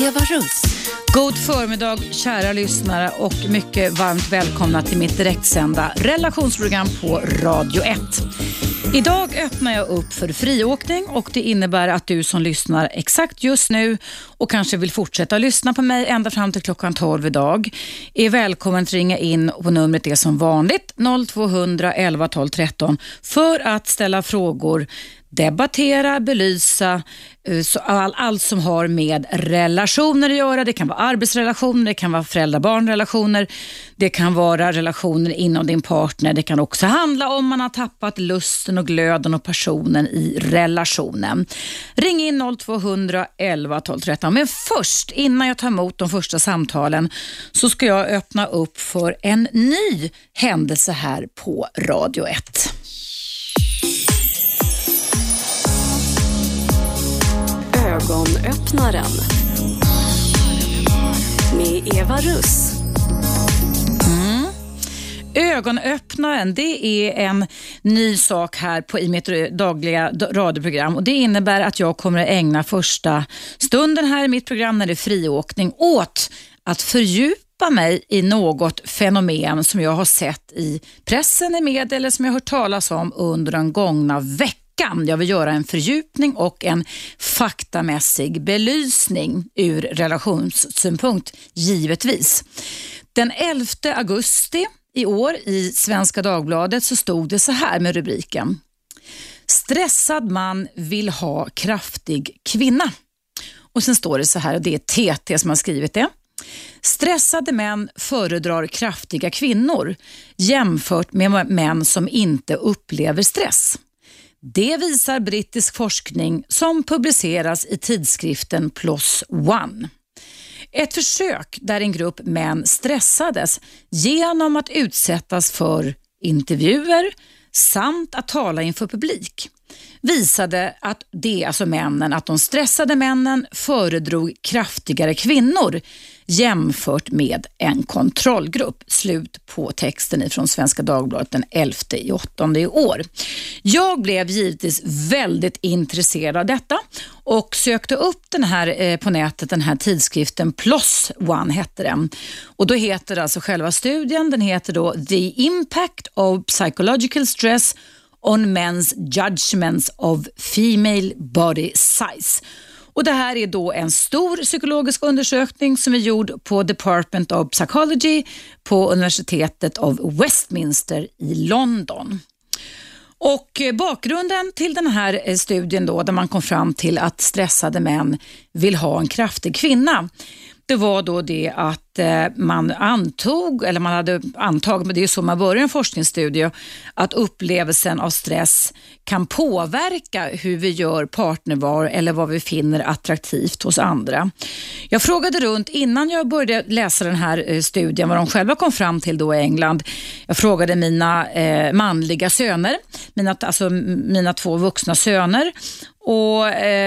Eva Russ. God förmiddag kära lyssnare och mycket varmt välkomna till mitt direktsända relationsprogram på Radio 1. Idag öppnar jag upp för friåkning och det innebär att du som lyssnar exakt just nu och kanske vill fortsätta lyssna på mig ända fram till klockan 12 idag är välkommen att ringa in och numret är som vanligt 0200 11 12 13 för att ställa frågor, debattera, belysa allt som har med relationer att göra. Det kan vara arbetsrelationer, det kan vara föräldrar-barnrelationer, det kan vara relationer inom din partner. Det kan också handla om man har tappat lusten och glöden och passionen i relationen. Ring in 0200 11 12 13. Men först, innan jag tar emot de första samtalen så ska jag öppna upp för en ny händelse här på Radio 1. Ögonöppnaren med Eva Russ. Ögonöppnaren, det är en ny sak här i mitt dagliga radioprogram och det innebär att jag kommer att ägna första stunden här i mitt program när det är friåkning åt att fördjupa mig i något fenomen som jag har sett i pressen i media eller som jag har hört talas om under den gångna veckan. Jag vill göra en fördjupning och en faktamässig belysning ur relationssynpunkt, givetvis. Den 11 augusti i år i Svenska Dagbladet så stod det så här med rubriken: Stressad man vill ha kraftig kvinna. Och sen står det så här, och det är TT som har skrivit det. Stressade män föredrar kraftiga kvinnor jämfört med män som inte upplever stress. Det visar brittisk forskning som publiceras i tidskriften PLOS ONE. Ett försök där en grupp män stressades genom att utsättas för intervjuer samt att tala inför publik visade att att de stressade männen föredrog kraftigare kvinnor jämfört med en kontrollgrupp. Slut på texten ifrån Svenska Dagbladet den 11/8 i år. Jag blev givetvis väldigt intresserad av detta och sökte upp den här på nätet, den här tidskriften PLOS ONE hette den. Och då heter alltså själva studien, den heter då The Impact of Psychological Stress on Men's Judgments of Female Body Size. Och det här är då en stor psykologisk undersökning som är gjord på Department of Psychology på universitetet av Westminster i London. Och bakgrunden till den här studien då, där man kom fram till att stressade män vill ha en kraftig kvinna, det var då det att man hade antagit, men det är ju så man börjar en forskningsstudie, att upplevelsen av stress kan påverka hur vi gör partnerval eller vad vi finner attraktivt hos andra. Jag frågade runt innan jag började läsa den här studien vad de själva kom fram till då i England. Jag frågade mina manliga söner, mina 2 vuxna söner. Och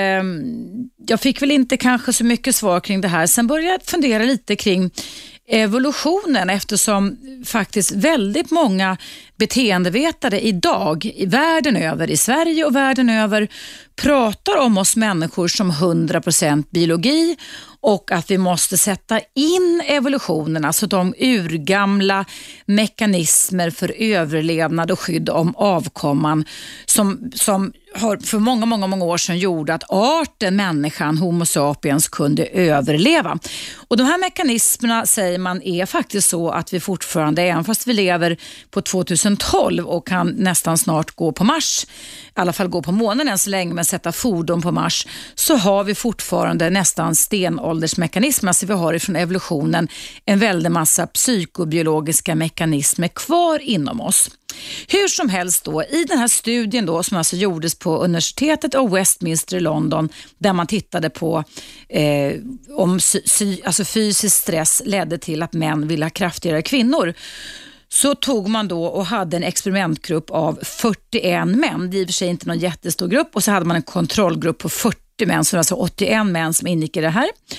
jag fick väl inte kanske så mycket svar kring det här. Sen började jag fundera lite kring evolutionen eftersom faktiskt väldigt många beteendevetare idag i världen över, i Sverige och världen över, pratar om oss människor som 100% biologi och att vi måste sätta in evolutionen, alltså de urgamla mekanismer för överlevnad och skydd om avkomman som har för många år sedan gjorde att arten människan, Homo sapiens, kunde överleva. Och de här mekanismerna säger man är faktiskt så att vi fortfarande, även fast vi lever på 2012 och kan nästan snart gå på Mars, i alla fall gå på månen än så länge, men sätta fordon på Mars, så har vi fortfarande nästan stenåldersmekanismer. Alltså vi har ifrån evolutionen en väldig massa psykobiologiska mekanismer kvar inom oss. Hur som helst då, i den här studien då, som alltså gjordes på universitetet av Westminster i London, där man tittade på om fysisk stress ledde till att män ville ha kraftigare kvinnor, så tog man då och hade en experimentgrupp av 41 män. Det är i och för sig inte någon jättestor grupp. Och så hade man en kontrollgrupp på 40 män, så alltså 81 män som ingick i det här.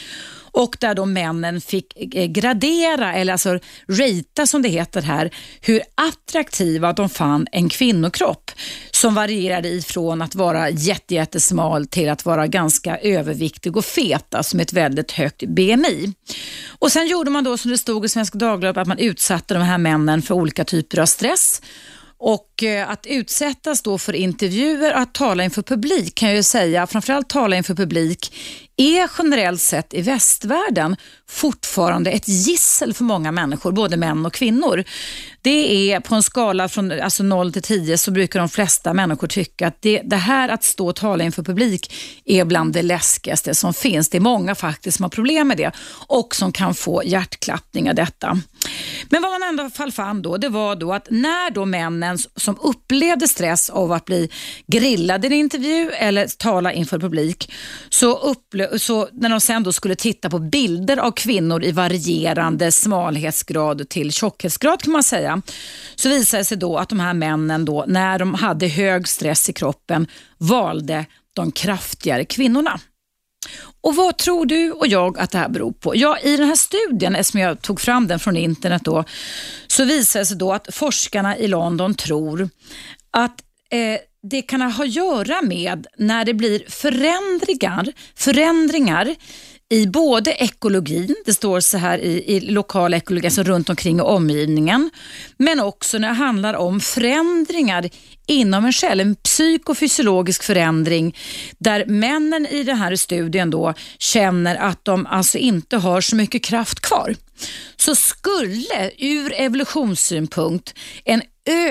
och där då männen fick gradera eller alltså ratea som det heter här, hur attraktiva de fann en kvinnokropp som varierade ifrån att vara jättesmal till att vara ganska överviktig och fet, alltså med ett väldigt högt BMI. Och sen gjorde man då som det stod i Svenska Dagbladet att man utsatte de här männen för olika typer av stress. Och att utsättas då för intervjuer, att tala inför publik kan jag ju säga, framförallt tala inför publik, är generellt sett i västvärlden fortfarande ett gissel för många människor, både män och kvinnor. Det är på en skala från 0 till 10 så brukar de flesta människor tycka att det här att stå och tala inför publik är bland det läskigaste som finns. Det är många faktiskt som har problem med det och som kan få hjärtklappning av detta. Men vad man ändå i alla fall fann då, det var då att när då männen som upplevde stress av att bli grillade i en intervju eller tala inför publik, så när de sen då skulle titta på bilder av kvinnor i varierande smalhetsgrad till tjockhetsgrad kan man säga, så visade det sig då att de här männen då, när de hade hög stress i kroppen, valde de kraftigare kvinnorna. Och vad tror du och jag att det här beror på? Ja, i den här studien, eftersom jag tog fram den från internet då, så visar det sig då att forskarna i London tror att det kan ha att göra med när det blir förändringar i både ekologin, det står så här i lokal ekologi, alltså runt omkring omgivningen, men också när det handlar om förändringar inom en själv, en psykofysiologisk förändring där männen i den här studien då känner att de alltså inte har så mycket kraft kvar. Så skulle ur evolutionssynpunkt en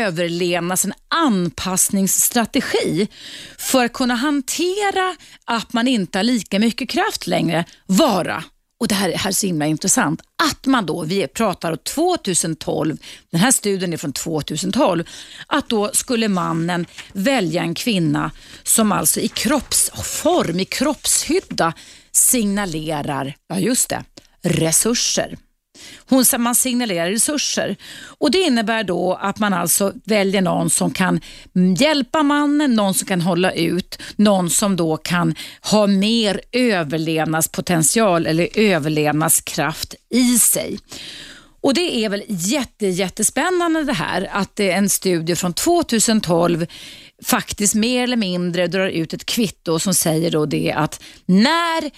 anpassningsstrategi för att kunna hantera att man inte har lika mycket kraft längre vara, och det här är så himla intressant, att man då, vi pratar om 2012, den här studien är från 2012, att då skulle mannen välja en kvinna som alltså i kroppsform, i kroppshydda signalerar, ja just det, resurser. Man signalerar resurser och det innebär då att man alltså väljer någon som kan hjälpa mannen, någon som kan hålla ut, någon som då kan ha mer överlevnadspotential eller överlevnadskraft i sig. Och det är väl jättespännande det här att det är en studie från 2012 faktiskt mer eller mindre drar ut ett kvitto som säger då det att när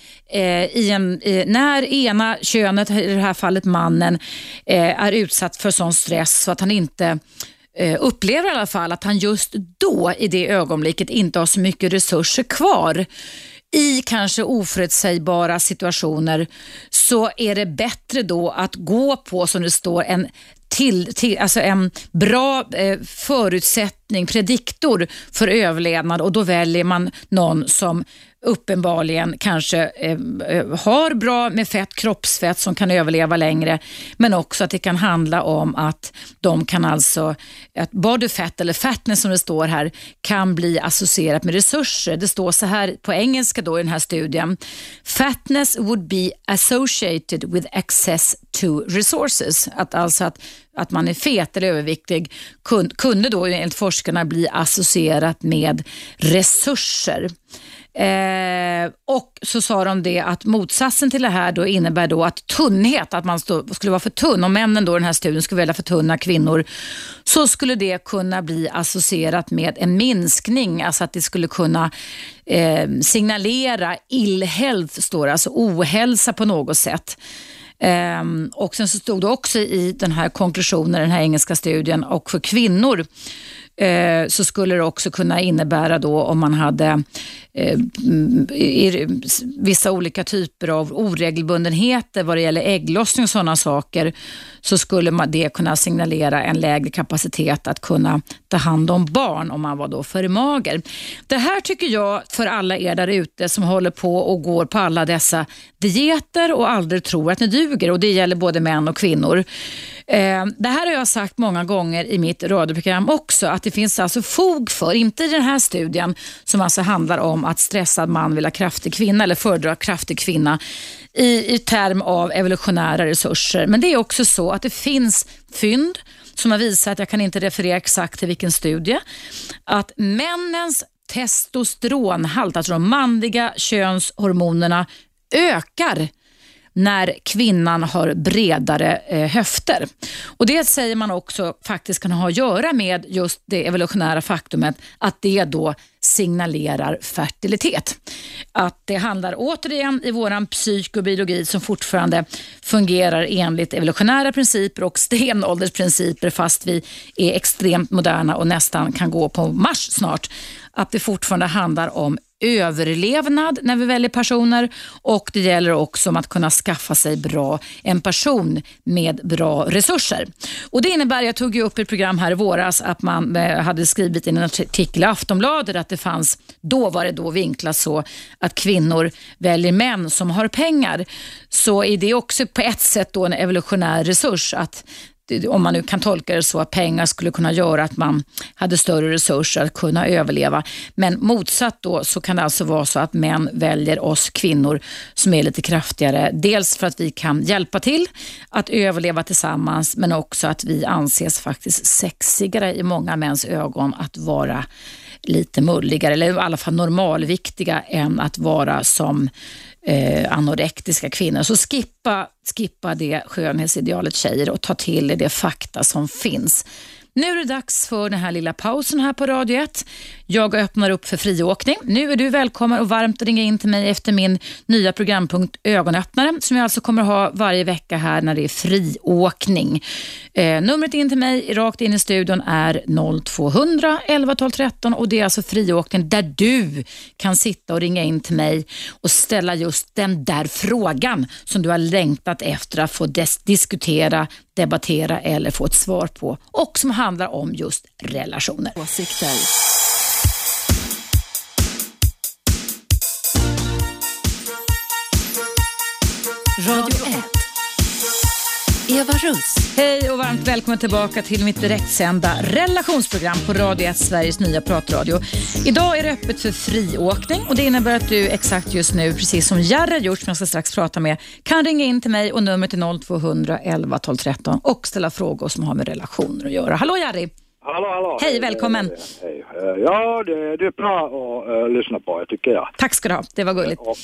ena könet, i det här fallet mannen, är utsatt för sån stress så att han inte upplever i alla fall att han just då i det ögonblicket inte har så mycket resurser kvar i kanske oförutsägbara situationer, så är det bättre då att gå på, som det står, alltså en bra förutsättning, prediktor för överlevnad, och då väljer man någon som uppenbarligen kanske har bra med kroppsfett som kan överleva längre, men också att det kan handla om att de kan alltså, att body fat eller fatness som det står här kan bli associerat med resurser. Det står så här på engelska då i den här studien: fatness would be associated with access to resources. Att man är fet eller överviktig kunde då enligt forskarna bli associerat med resurser. Och så sa de det att motsatsen till det här då innebär då att tunnhet, att man skulle vara för tunn, om männen då i den här studien skulle välja för tunna kvinnor, så skulle det kunna bli associerat med en minskning, alltså att det skulle kunna signalera ill health, står det, alltså ohälsa på något sätt. Och sen så stod det också i den här konklusionen, den här engelska studien, och för kvinnor så skulle det också kunna innebära då, om man hade vissa olika typer av oregelbundenheter vad det gäller ägglossning och sådana saker, så skulle det kunna signalera en lägre kapacitet att kunna ta hand om barn om man var då för mager. Det här tycker jag, för alla er där ute som håller på och går på alla dessa dieter och aldrig tror att ni duger, och det gäller både män och kvinnor. Det här har jag sagt många gånger i mitt radioprogram också, att det finns alltså fog för, inte i den här studien som alltså handlar om att stressad man vill ha kraftig kvinna eller föredra kraftig kvinna i term av evolutionära resurser. Men det är också så att det finns fynd som har visat, jag kan inte referera exakt till vilken studie, att männens testosteronhalt, alltså de manliga könshormonerna, ökar när kvinnan har bredare höfter. Och det säger man också faktiskt kan ha att göra med just det evolutionära faktumet att det då signalerar fertilitet. Att det handlar återigen i våran psykobiologi som fortfarande fungerar enligt evolutionära principer och stenåldersprinciper fast vi är extremt moderna och nästan kan gå på Mars snart. Att det fortfarande handlar om överlevnad när vi väljer personer och det gäller också om att kunna skaffa sig en person med bra resurser. Och det innebär, jag tog ju upp ett program här i våras att man hade skrivit i en artikel i Aftonbladet att det fanns, då var det då vinklat så att kvinnor väljer män som har pengar. Så är det också på ett sätt då en evolutionär resurs att om man nu kan tolka det så att pengar skulle kunna göra att man hade större resurser att kunna överleva. Men motsatt då så kan det alltså vara så att män väljer oss kvinnor som är lite kraftigare. Dels för att vi kan hjälpa till att överleva tillsammans men också att vi anses faktiskt sexigare i många mäns ögon att vara lite mulligare eller i alla fall normalviktiga än att vara som anorektiska kvinnor. Så skippa det skönhetsidealet tjejer och ta till det fakta som finns. Nu är det dags för den här lilla pausen här på Radio 1. Jag öppnar upp för friåkning. Nu är du välkommen och varmt ringa in till mig efter min nya programpunkt Ögonöppnare som jag alltså kommer ha varje vecka här när det är friåkning. Numret in till mig rakt in i studion är 0200 11 12 13 och det är alltså friåkning där du kan sitta och ringa in till mig och ställa just den där frågan som du har längtat efter att få diskutera, debattera eller få ett svar på och som handlar om just relationer. Åsikter. Radio 1. Eva Russ. Hej och varmt välkommen tillbaka till mitt direktsända relationsprogram på Radio 1, Sveriges nya pratradio. Idag är det öppet för friåkning och det innebär att du exakt just nu, precis som Jarre gjort som jag ska strax prata med, kan ringa in till mig och numret är 0200 11 12 13 och ställa frågor som har med relationer att göra. Hallå Jarre! Hallå. Hej, välkommen. Hej. Ja, det är bra att lyssna på, jag tycker jag. Tack ska du ha, det var gulligt. Och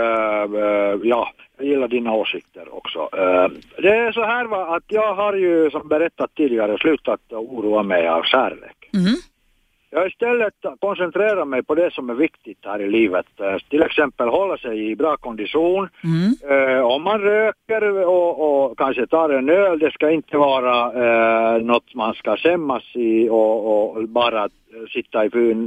ja, jag gillar dina åsikter också. Det är så här va, att jag har ju som berättat tidigare slutat oroa mig av kärlek. Mm. Jag har istället koncentrerat mig på det som är viktigt här i livet. Till exempel hålla sig i bra kondition. Om man röker och kanske tar en öl, det ska inte vara något man ska skämmas i och bara sitta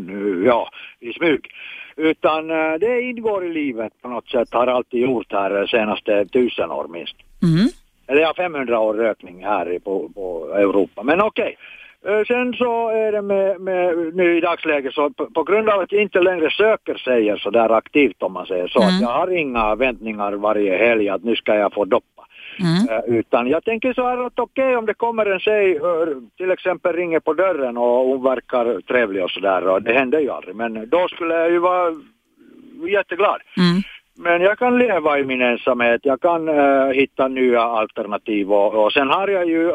i smyg. Utan det ingår i livet på något sätt, har alltid gjort här senaste 1000 år minst. Mm. Eller jag har 500 år rökning här på Europa, men okej. Sen så är det med nu i dagsläget så på grund av att jag inte längre söker säger så där aktivt om man säger så. Att jag har inga väntningar varje helg att nu ska jag få doppa. Utan jag tänker så här att okej, om det kommer en tjej till exempel ringer på dörren och hon verkar trevlig och sådär och det händer ju aldrig. Men då skulle jag ju vara jätteglad. Men jag kan leva i min ensamhet, jag kan hitta nya alternativ och sen har jag ju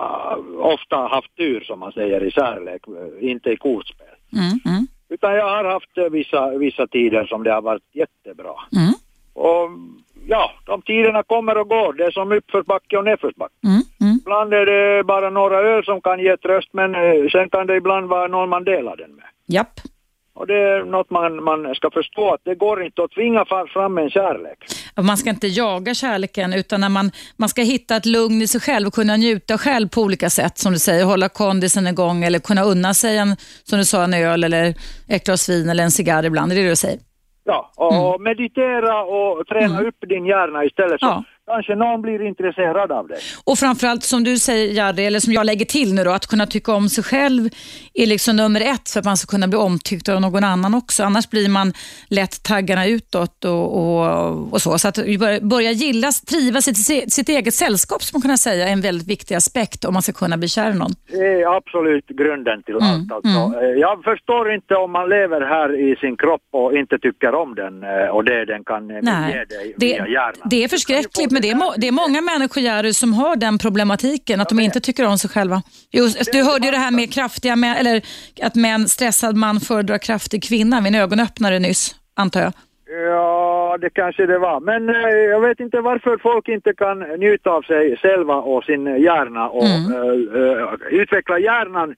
ofta haft tur som man säger i kärlek, inte i kortspel. Utan jag har haft vissa tider som det har varit jättebra. Och ja, de tiderna kommer och går, det är som uppförsbacke och nedförsbacke. Ibland är det bara några öl som kan ge tröst men sen kan det ibland vara någon man delar den med. Japp. Och det är något man ska förstå att det går inte att tvinga fram en kärlek. Man ska inte jaga kärleken utan när man ska hitta ett lugn i sig själv och kunna njuta själv på olika sätt som du säger, hålla kondisen igång eller kunna unna sig som du sa en öl eller ett glas vin eller en cigarr ibland, det är det du säger. Ja, och meditera och träna upp din hjärna istället så kanske någon blir intresserad av det. Och framförallt som du säger Jarre, eller som jag lägger till nu då, att kunna tycka om sig själv är liksom nummer 1 för att man ska kunna bli omtyckt av någon annan också. Annars blir man lätt taggarna utåt och så. Så att börja trivas i sitt eget sällskap som man kan säga är en väldigt viktig aspekt om man ska kunna bli kär i någon. Det är absolut grunden till allt. Alltså. Jag förstår inte om man lever här i sin kropp och inte tycker om den och det den kan ge dig via hjärnan. Det är förskräckligt. Men det är många människor Jarre, som har den problematiken att de inte tycker om sig själva. Du hörde ju det här med kraftiga män, eller att stressad man föredrar kraftig kvinna vid en ögonöppnare nyss, antar jag. Ja, Ja, det kanske det var. Men jag vet inte varför folk inte kan njuta av sig själva och sin hjärna och utveckla hjärnan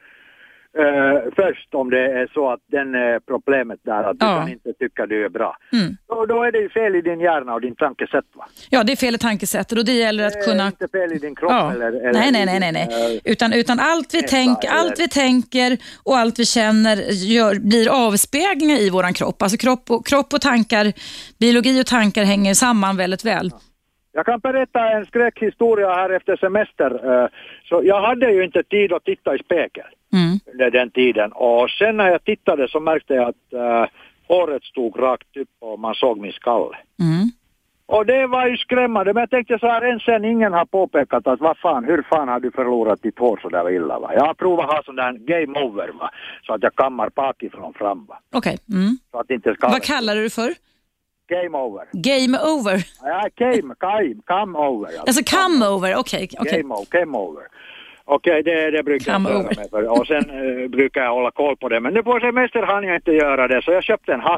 först om det är så att den är problemet där att du kan inte tycka du är bra. Då är det ju fel i din hjärna och din tankesätt, va? Ja, det är fel i tankesättet och det gäller att kunna... inte fel i din kropp eller... Nej. Utan allt vi tänker och allt vi känner blir avspeglingar i våran kropp. Alltså kropp och tankar, biologi och tankar hänger samman väldigt väl. Jag kan berätta en skräckhistoria här efter semester. Så jag hade ju inte tid att titta i spegeln under den tiden. Och sen när jag tittade så märkte jag att håret stod rakt upp och man såg min skalle. Och det var ju skrämmande. Men jag tänkte så här, än sen ingen har påpekat att hur fan har du förlorat ditt hår så där illa, va? Jag har provat att ha sån där game over, va? Så att jag kammar bakifrån fram, va? Okej. Så att inte ska... Vad kallar du för? Game over. Game over? Ja, come over. Alltså come over, okej. Game over. Okej, det brukar jag göra med för. Och sen brukar jag hålla koll på det. Men nu på semester hann jag inte göra det. Så jag köpte en hatt.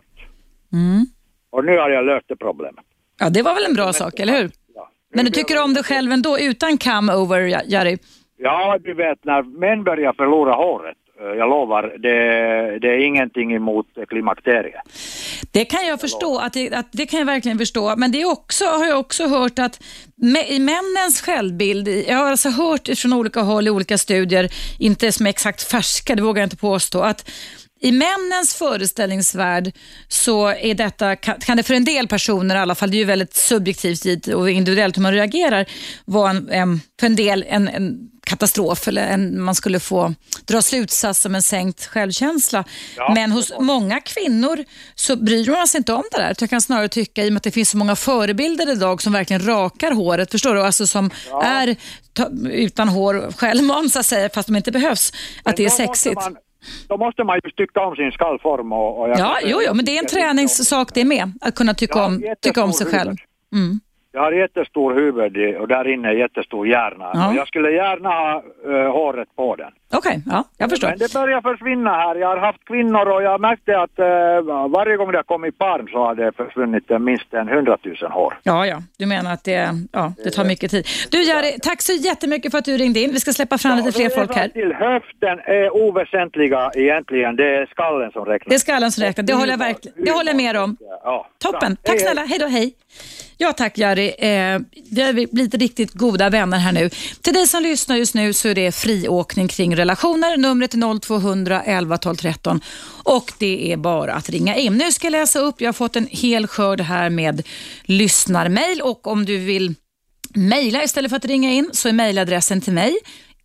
Och nu har jag löst det problemet. Ja, det var väl en bra sak, eller hur? Ja. Men du tycker om dig själv ändå utan come over, Jari? Ja, du vet, när män börjar förlora håret, jag lovar, det är ingenting emot klimakteriet. Det kan jag förstå, att det kan jag verkligen förstå. Men det är också, har jag också hört att i männens självbild, jag har alltså hört från olika håll i olika studier, inte som är exakt färska, det vågar jag inte påstå, att i männens föreställningsvärld så är detta, kan det för en del personer i alla fall, det är ju väldigt subjektivt och individuellt hur man reagerar, vara för en del en katastrof eller man skulle få dra slutsats om en sänkt självkänsla. Ja, men hos många kvinnor så bryr man sig inte om det där. Jag kan snarare tycka, i och med att det finns så många förebilder idag som verkligen rakar håret, förstår du? Alltså som är utan hår självman så att säga, fast de inte behövs, att det är sexigt. Då måste man ju tycka om sin skallform. Men det är en träningssak det med, att kunna tycka om sig själv. Jag har jättestor huvud och där inne är jättestor hjärna. Ja. Och jag skulle gärna ha håret på den. Okej, jag förstår. Men det börjar försvinna här. Jag har haft kvinnor och jag märkte att varje gång det har kommit barn så har det försvunnit minst 100 000 hår. Ja. Du menar att det tar mycket tid. Du Jari, tack så jättemycket för att du ringde in. Vi ska släppa fram lite fler folk här. Till höften är oväsentliga egentligen. Det är skallen som räknar. Det är skallen som räknar. Det håller jag med om. Ja, toppen. Tack snälla. Hej då, hej. Ja, tack Jari. Vi har blivit riktigt goda vänner här nu. Till dig som lyssnar just nu så är det friåkning kring relationer. Numret är 0200 11 12 13 och det är bara att ringa in. Nu ska jag läsa upp. Jag har fått en hel skörd här med lyssnarmail och om du vill mejla istället för att ringa in så är mejladressen till mig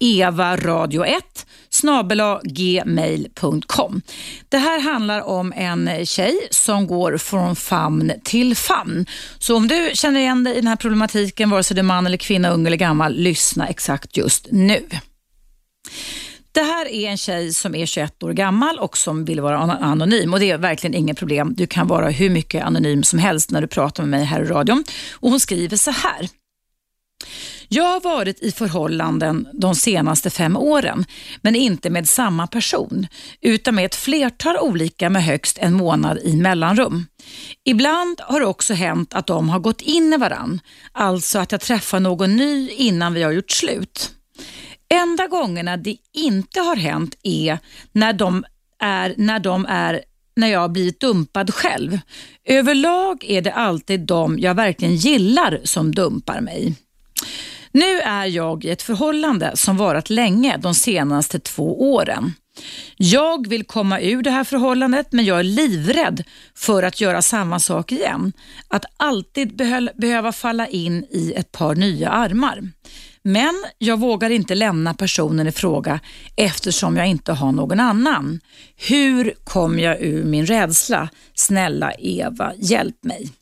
evaradio1@gmail.com. Det här handlar om en tjej som går från famn till famn. Så om du känner igen dig i den här problematiken, vare sig du är man eller kvinna, ung eller gammal, lyssna exakt just nu. Det här är en tjej som är 21 år gammal och som vill vara anonym och det är verkligen inget problem. Du kan vara hur mycket anonym som helst när du pratar med mig här i radion. Och hon skriver så här: jag har varit i förhållanden de senaste 5 åren, men inte med samma person, utan med ett flertal olika med högst en månad i mellanrum. Ibland har det också hänt att de har gått in i varann, alltså att jag träffar någon ny innan vi har gjort slut. Enda gångerna det inte har hänt är när jag har blivit dumpad själv. Överlag är det alltid de jag verkligen gillar som dumpar mig. Nu är jag i ett förhållande som varit länge, de senaste 2 åren. Jag vill komma ur det här förhållandet, men jag är livrädd för att göra samma sak igen. Att alltid behöva falla in i ett par nya armar. Men jag vågar inte lämna personen i fråga eftersom jag inte har någon annan. Hur kommer jag ur min rädsla? Snälla Eva, hjälp mig.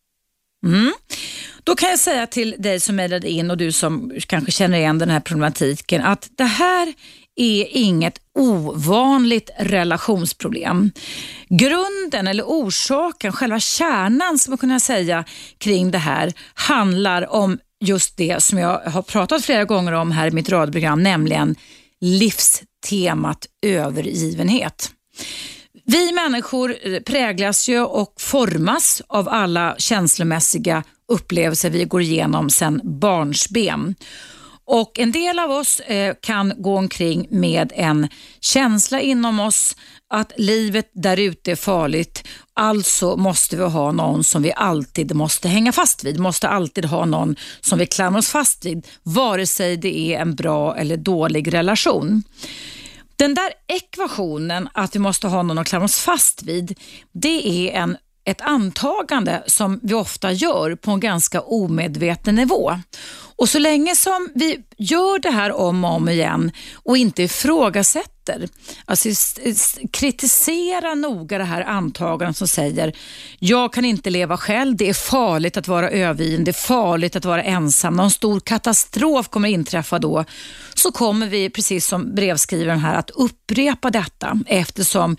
Då kan jag säga till dig som mejlade in och du som kanske känner igen den här problematiken att det här är inget ovanligt relationsproblem. Grunden eller orsaken, själva kärnan som man kunna säga kring det här handlar om just det som jag har pratat flera gånger om här i mitt radioprogram, nämligen livstemat övergivenhet. Vi människor präglas ju och formas av alla känslomässiga upplevelser vi går igenom sedan barnsben. Och en del av oss kan gå omkring med en känsla inom oss att livet där ute är farligt. Alltså måste vi ha någon som vi alltid måste hänga fast vid. Måste alltid ha någon som vi klamrar oss fast vid. Vare sig det är en bra eller dålig relation. Den där ekvationen att vi måste ha någon att klamra oss fast vid, det är ett antagande som vi ofta gör på en ganska omedveten nivå. Och så länge som vi gör det här om och om igen och inte ifrågasätter, alltså kritisera noga det här antagandet som säger jag kan inte leva själv, det är farligt att vara övergiven, det är farligt att vara ensam, någon stor katastrof kommer inträffa då, så kommer vi precis som brevskrivaren här att upprepa detta eftersom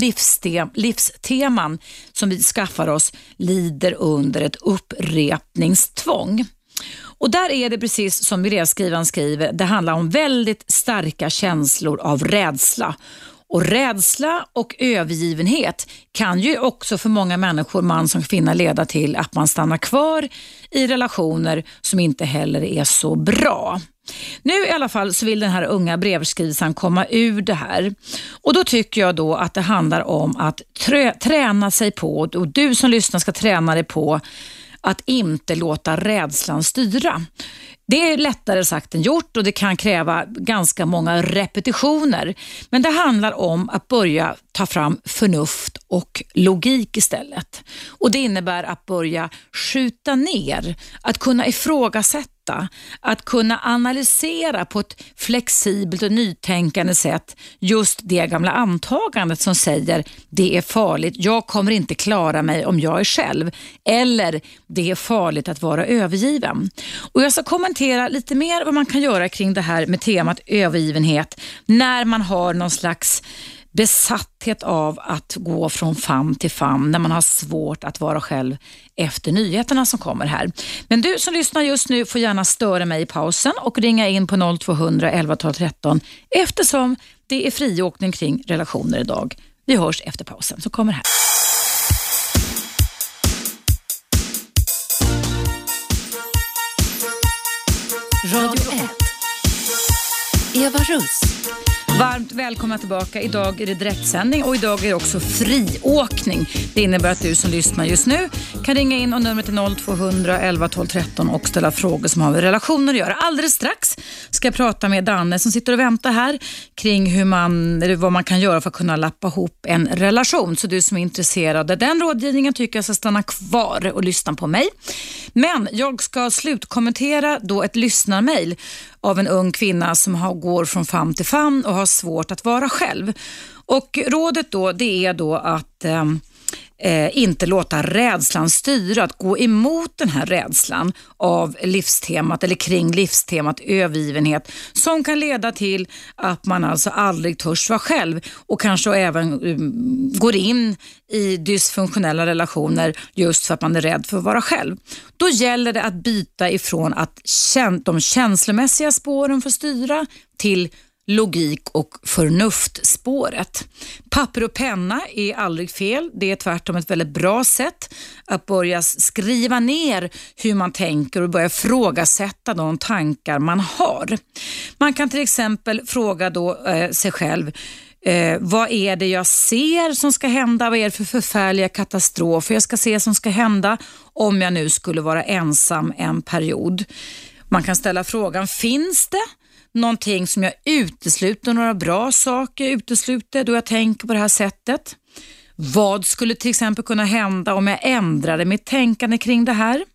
livsteman som vi skaffar oss lider under ett upprepningstvång. Och där är det precis som brevskrivaren skriver, det handlar om väldigt starka känslor av rädsla. Och rädsla och övergivenhet kan ju också för många människor, man som kvinna, leda till att man stannar kvar i relationer som inte heller är så bra. Nu i alla fall så vill den här unga brevskrivaren komma ur det här. Och då tycker jag då att det handlar om att träna sig på, och du som lyssnar ska träna dig på att inte låta rädslan styra. Det är lättare sagt än gjort och det kan kräva ganska många repetitioner. Men det handlar om att börja ta fram förnuft och logik istället. Och det innebär att börja skjuta ner, att kunna ifrågasätta, att kunna analysera på ett flexibelt och nytänkande sätt just det gamla antagandet som säger det är farligt, jag kommer inte klara mig om jag är själv, eller det är farligt att vara övergiven. Och jag ska kommentera lite mer vad man kan göra kring det här med temat övergivenhet när man har någon slags besatthet av att gå från famn till famn, när man har svårt att vara själv efter nyheterna som kommer här. Men du som lyssnar just nu får gärna störa mig i pausen och ringa in på 0200 11 12 13 eftersom det är friåkning kring relationer idag. Vi hörs efter pausen så kommer här. Radio 1. Eva Russ. Varmt välkomna tillbaka. Idag är det direktsändning och idag är det också friåkning. Det innebär att du som lyssnar just nu kan ringa in och numret är 0200 11 12 13 och ställa frågor som har med relationer att göra. Alldeles strax ska jag prata med Danne som sitter och väntar här kring vad man kan göra för att kunna lappa ihop en relation. Så du som är intresserad av den rådgivningen tycker jag ska stanna kvar och lyssna på mig. Men jag ska slutkommentera då ett lyssnarmail av en ung kvinna som går från famn till famn och har svårt att vara själv. Och rådet då, det är då att inte låta rädslan styra, att gå emot den här rädslan av livstemat eller kring livstemat övergivenhet som kan leda till att man alltså aldrig törs vara själv och kanske även går in i dysfunktionella relationer just för att man är rädd för att vara själv. Då gäller det att byta ifrån att de känslomässiga spåren får styra till logik och förnuftspåret. Papper och penna är aldrig fel. Det är tvärtom ett väldigt bra sätt att börja skriva ner hur man tänker och börja frågasätta de tankar man har. Man kan till exempel fråga då sig själv, vad är det jag ser som ska hända? Vad är det för förfärliga katastrofer jag ska se som ska hända om jag nu skulle vara ensam en period? Man kan ställa frågan, finns det någonting som jag utesluter, några bra saker jag utesluter då jag tänker på det här sättet? Vad skulle till exempel kunna hända om jag ändrade mitt tänkande kring det här?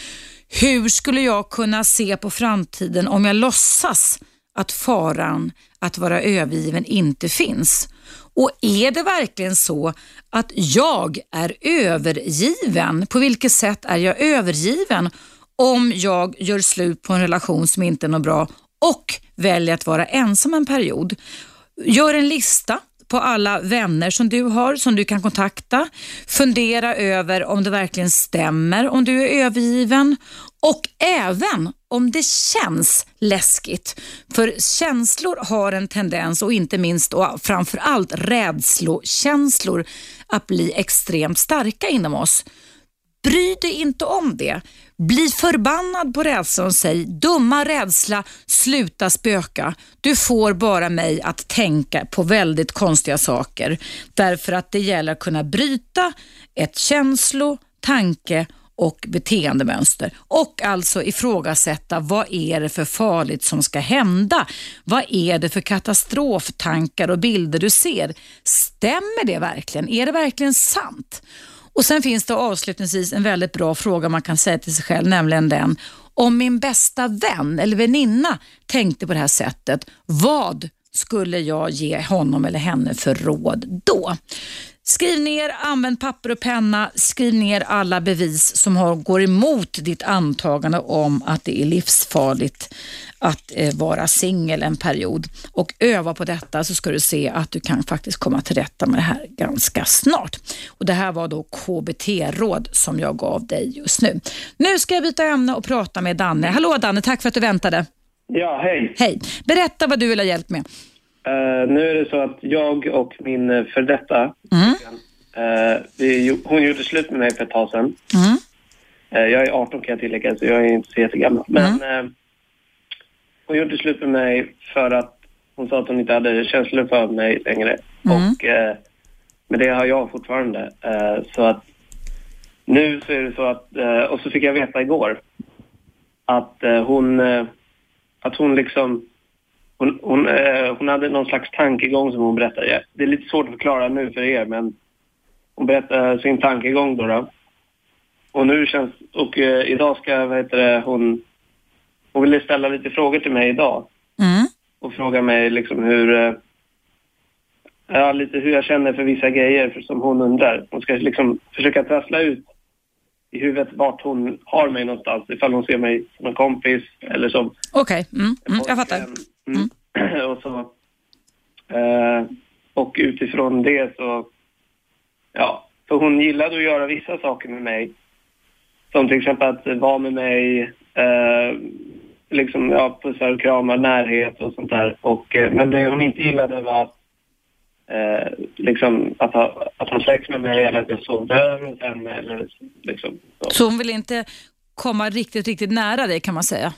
Hur skulle jag kunna se på framtiden om jag låtsas att faran att vara övergiven inte finns? Och är det verkligen så att jag är övergiven? På vilket sätt är jag övergiven om jag gör slut på en relation som inte är något bra och väljer att vara ensam en period? Gör en lista på alla vänner som du har, som du kan kontakta. Fundera över om det verkligen stämmer, om du är övergiven. Och även om det känns läskigt. För känslor har en tendens, och inte minst och framförallt rädslokänslor, att bli extremt starka inom oss. Bry dig inte om det. Bli förbannad på rädslan och säg: dumma rädsla, sluta spöka. Du får bara mig att tänka på väldigt konstiga saker. Därför att det gäller att kunna bryta ett tanke och beteendemönster. Och alltså ifrågasätta, vad är det för farligt som ska hända? Vad är det för katastroftankar och bilder du ser? Stämmer det verkligen? Är det verkligen sant? Och sen finns det avslutningsvis en väldigt bra fråga man kan säga till sig själv, nämligen den: om min bästa vän eller väninna tänkte på det här sättet, vad skulle jag ge honom eller henne för råd då? Skriv ner, använd papper och penna, skriv ner alla bevis som går emot ditt antagande om att det är livsfarligt att vara singel en period, och öva på detta, så ska du se att du kan faktiskt komma till rätta med det här ganska snart. Och det här var då KBT-råd som jag gav dig just nu. Nu ska jag byta ämne och prata med Danne. Hallå Danne, tack för att du väntade. Ja, hej. Hej, berätta vad du vill ha hjälp med. Nu är det så att jag och min fördetta, hon gjorde slut med mig för ett tag sedan. Jag är 18 kan jag tillägga, så jag är inte så jättegammal. Men hon gjorde slut med mig för att hon sa att hon inte hade känslor för mig längre. Men det har jag fortfarande. Så att nu så är det så att, och så fick jag veta igår att hon liksom, hon hade någon slags tankegång som hon berättade. Det är lite svårt att förklara nu för er, men hon berättade sin tankegång då. Och nu känns, och idag ska, hon ville ställa lite frågor till mig idag. Och fråga mig liksom hur jag känner för vissa grejer som hon undrar. Hon ska liksom försöka trassla ut i huvudet vart hon har mig någonstans, ifall hon ser mig som en kompis eller som... Okej, jag fattar. Och så och utifrån det så, ja, för hon gillade att göra vissa saker med mig, som till exempel att vara med mig, liksom, ja, pussar och kramar, närhet och sånt där. Men det hon inte gillade var liksom att ha sex med mig, eller att jag sov över hos henne, eller liksom så hon vill inte komma riktigt nära dig, kan man säga?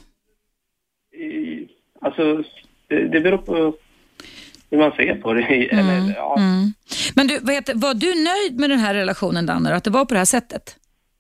Alltså det beror på hur man ser på det. Eller, ja. Men du, var du nöjd med den här relationen, Danne, att det var på det här sättet?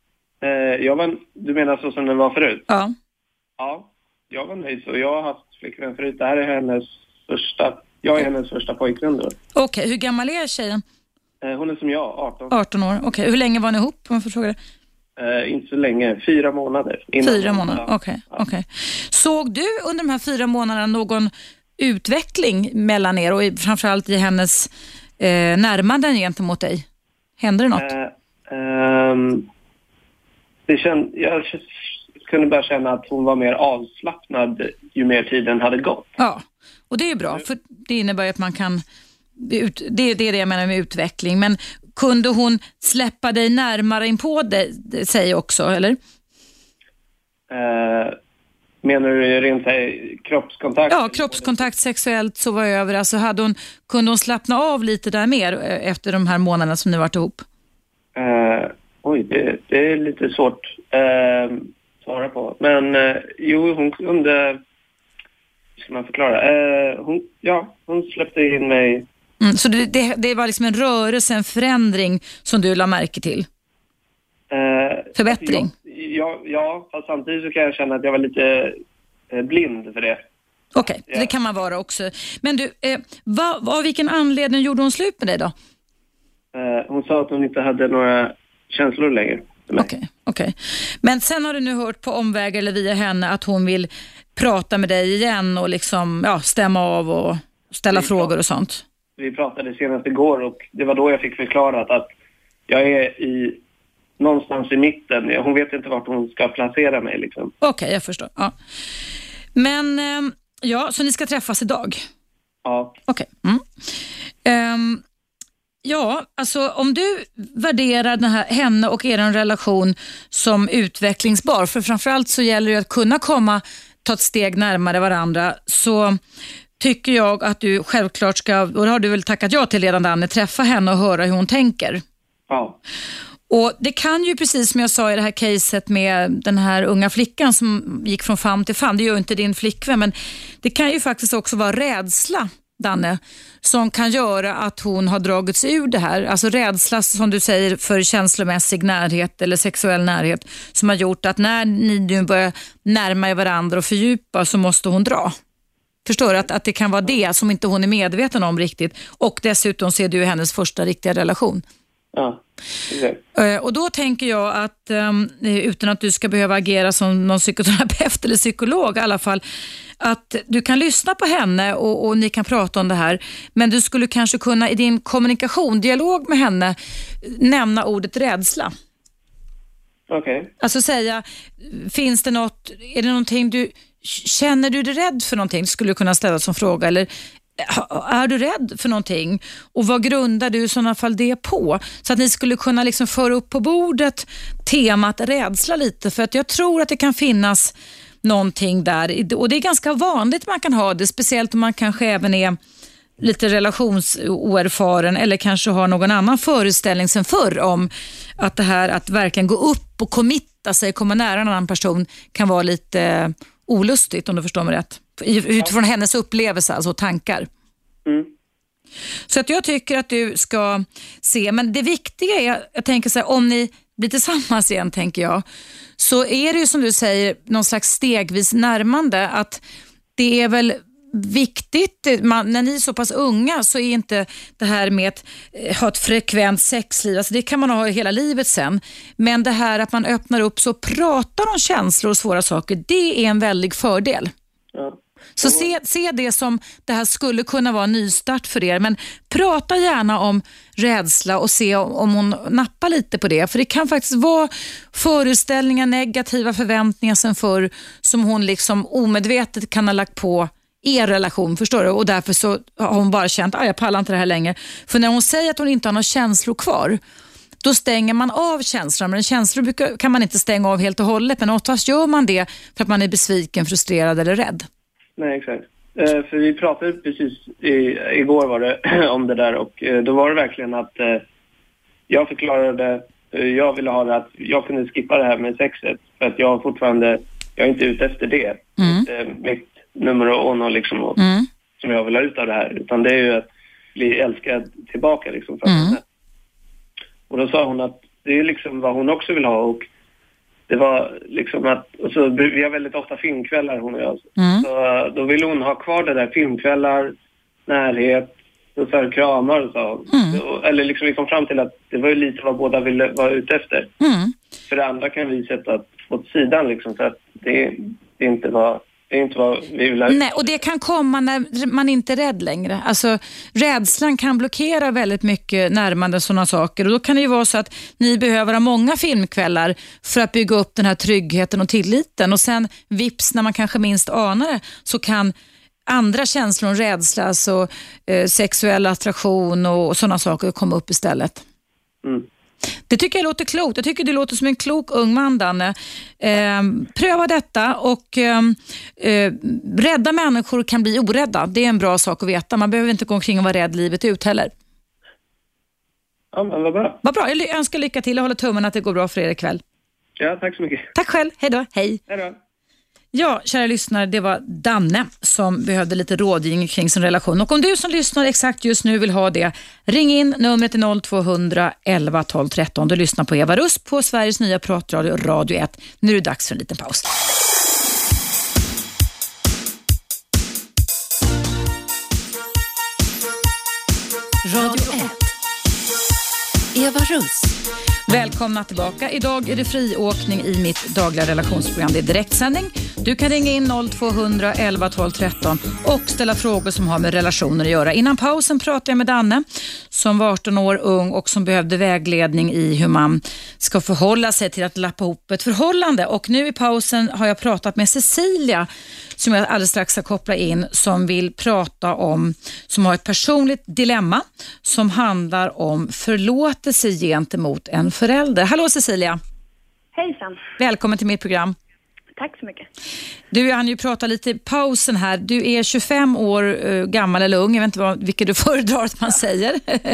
Du menar så som den var förut? Ja. Ja, jag var nöjd så. Jag har haft flickvän förut. Det här är jag är hennes första pojkvän då. Okej, hur gammal är tjejen? Hon är som jag, 18. 18 år, okej. Hur länge var ni ihop, om man får fråga det? Inte så länge, 4 månader. 4 månader, okej. Såg du under de här 4 månaderna någon utveckling mellan er, och framförallt i hennes närmanden gentemot dig? Hände det något? Jag kunde bara känna att hon var mer avslappnad ju mer tiden hade gått. Ja, och det är ju bra, för det innebär ju att man kan... Det är det jag menar med utveckling. Men kunde hon släppa dig närmare in på dig, säger också, eller? Menar du rent kroppskontakt? Ja, kroppskontakt sexuellt så var över. Alltså kunde hon slappna av lite där mer efter de här månaderna som ni varit ihop? Det är lite svårt att svara på. Men jo, hon kunde... Hur ska man förklara? Hon släppte in mig. Så det var liksom en rörelse, en förändring som du la märke till? Förbättring? Ja, fast samtidigt så kan jag känna att jag var lite blind för det. Okej, det kan man vara också. Men du, av vilken anledning gjorde hon slut med dig då? Hon sa att hon inte hade några känslor längre. Okej. Men sen har du nu hört på omväg eller via henne att hon vill prata med dig igen och liksom stämma av och ställa frågor och sånt? Vi pratade senast igår och det var då jag fick förklarat att jag är någonstans i mitten. Hon vet inte vart hon ska placera mig liksom. Okej, jag förstår. Ja. Men så ni ska träffas idag? Ja. Okej. Alltså om du värderar henne och er relation som utvecklingsbar, för framförallt så gäller det att kunna ta ett steg närmare varandra, så tycker jag att du självklart ska, och det har du väl tackat ja till redan, Danne, träffa henne och höra hur hon tänker. Ja. Och det kan ju, precis som jag sa i det här caset med den här unga flickan som gick från fam till fam, det gör inte din flickvän, men det kan ju faktiskt också vara rädsla, Danne, som kan göra att hon har dragits ur det här. Alltså rädsla, som du säger, för känslomässig närhet eller sexuell närhet, som har gjort att när ni nu börjar närma er varandra och fördjupa, så måste hon dra. Förstår du att det kan vara det som inte hon är medveten om riktigt, och dessutom ser du hennes första riktiga relation. Ja. Okay. Och då tänker jag att utan att du ska behöva agera som någon psykoterapeut eller psykolog i alla fall, att du kan lyssna på henne och ni kan prata om det här, men du skulle kanske kunna i din kommunikation, dialog med henne, nämna ordet rädsla. Okej. Okay. Alltså säga, finns det något, är det någonting känner du dig rädd för någonting, skulle du kunna ställa som fråga, eller är du rädd för någonting, och vad grundar du i sådana fall det på, så att ni skulle kunna liksom föra upp på bordet temat rädsla lite, för att jag tror att det kan finnas någonting där, och det är ganska vanligt man kan ha det, speciellt om man kanske även är lite relationsoerfaren eller kanske har någon annan föreställning sen förr om att det här att verkligen gå upp och committa sig, komma nära en annan person, kan vara lite olustigt, om du förstår mig rätt. Utifrån hennes upplevelse, alltså tankar. Mm. Så att jag tycker att du ska se, men det viktiga är, jag tänker så här, om ni blir tillsammans igen, tänker jag, så är det ju som du säger någon slags stegvis närmande, att det är väl viktigt, när ni är så pass unga, så är inte det här med att ha ett frekvent sexliv, alltså det kan man ha hela livet sen, men det här att man öppnar upp så pratar om känslor och svåra saker, det är en väldig fördel. Ja. Så se det som det här skulle kunna vara en nystart för er, men prata gärna om rädsla och se om hon nappar lite på det, för det kan faktiskt vara föreställningar, negativa förväntningar sen förr, som hon liksom omedvetet kan ha lagt på er relation, förstår du? Och därför så har hon bara känt, jag pallar inte det här längre. För när hon säger att hon inte har några känslor kvar, då stänger man av känslor. Men känslor kan man inte stänga av helt och hållet, men oftast gör man det för att man är besviken, frustrerad eller rädd. Nej, exakt. För vi pratade precis igår var det om det där, och då var det verkligen att jag förklarade, jag ville ha det att jag kunde skippa det här med sexet, för att jag är inte ute efter det. Mitt nummer uno liksom, som jag vill ha ut av det här, utan det är ju att bli älskad tillbaka liksom, för henne. Och då sa hon att det är liksom vad hon också vill ha, och det var liksom att, och så, vi har väldigt ofta filmkvällar hon och jag, så då vill hon ha kvar det där, filmkvällar, närhet, och så kramar och så. Eller liksom vi kom fram till att det var ju lite vad båda ville vara ute efter. För det andra kan vi sätta åt sidan liksom, för att det är inte vad vi vill ha. Nej, och det kan komma när man inte är rädd längre. Alltså rädslan kan blockera väldigt mycket närmande sådana saker, och då kan det ju vara så att ni behöver ha många filmkvällar för att bygga upp den här tryggheten och tilliten, och sen vips, när man kanske minst anar det, så kan andra känslor, rädsla, alltså sexuell attraktion och sådana saker komma upp istället. Det tycker jag låter klokt. Jag tycker det låter som en klok ung man, Danne. Pröva detta, och rädda människor kan bli orädda. Det är en bra sak att veta. Man behöver inte gå omkring och vara rädd livet ut heller. Ja, men vad bra. Vad bra. Jag önskar lycka till och håller tummen att det går bra för er ikväll. Ja, tack så mycket. Tack själv. Hej då. Hej. Hej då. Ja, kära lyssnare, det var Danne som behövde lite rådgivning kring sin relation. Och om du som lyssnar exakt just nu vill ha det, ring in, numret är 0200 11 12 13. Du lyssnar på Eva Russ på Sveriges nya pratradio Radio 1. Nu är det dags för en liten paus. Radio 1. Eva Russ. Välkomna tillbaka. Idag är det friåkning i mitt dagliga relationsprogram. Det är direktsändning Du kan ringa in 0200 11 12 13 och ställa frågor som har med relationer att göra. Innan pausen pratade jag med Danne som var 18 år ung och som behövde vägledning i hur man ska förhålla sig till att lappa ihop ett förhållande. Och nu i pausen har jag pratat med Cecilia som jag alldeles strax ska koppla in, som vill prata om, som har ett personligt dilemma som handlar om förlåtelse gentemot en förälder. Hallå Cecilia! Hejsan! Välkommen till mitt program. Tack så mycket. Du, han ju prata lite i pausen här. Du är 25 år gammal eller ung, jag vet inte vilket du föredrar att man säger.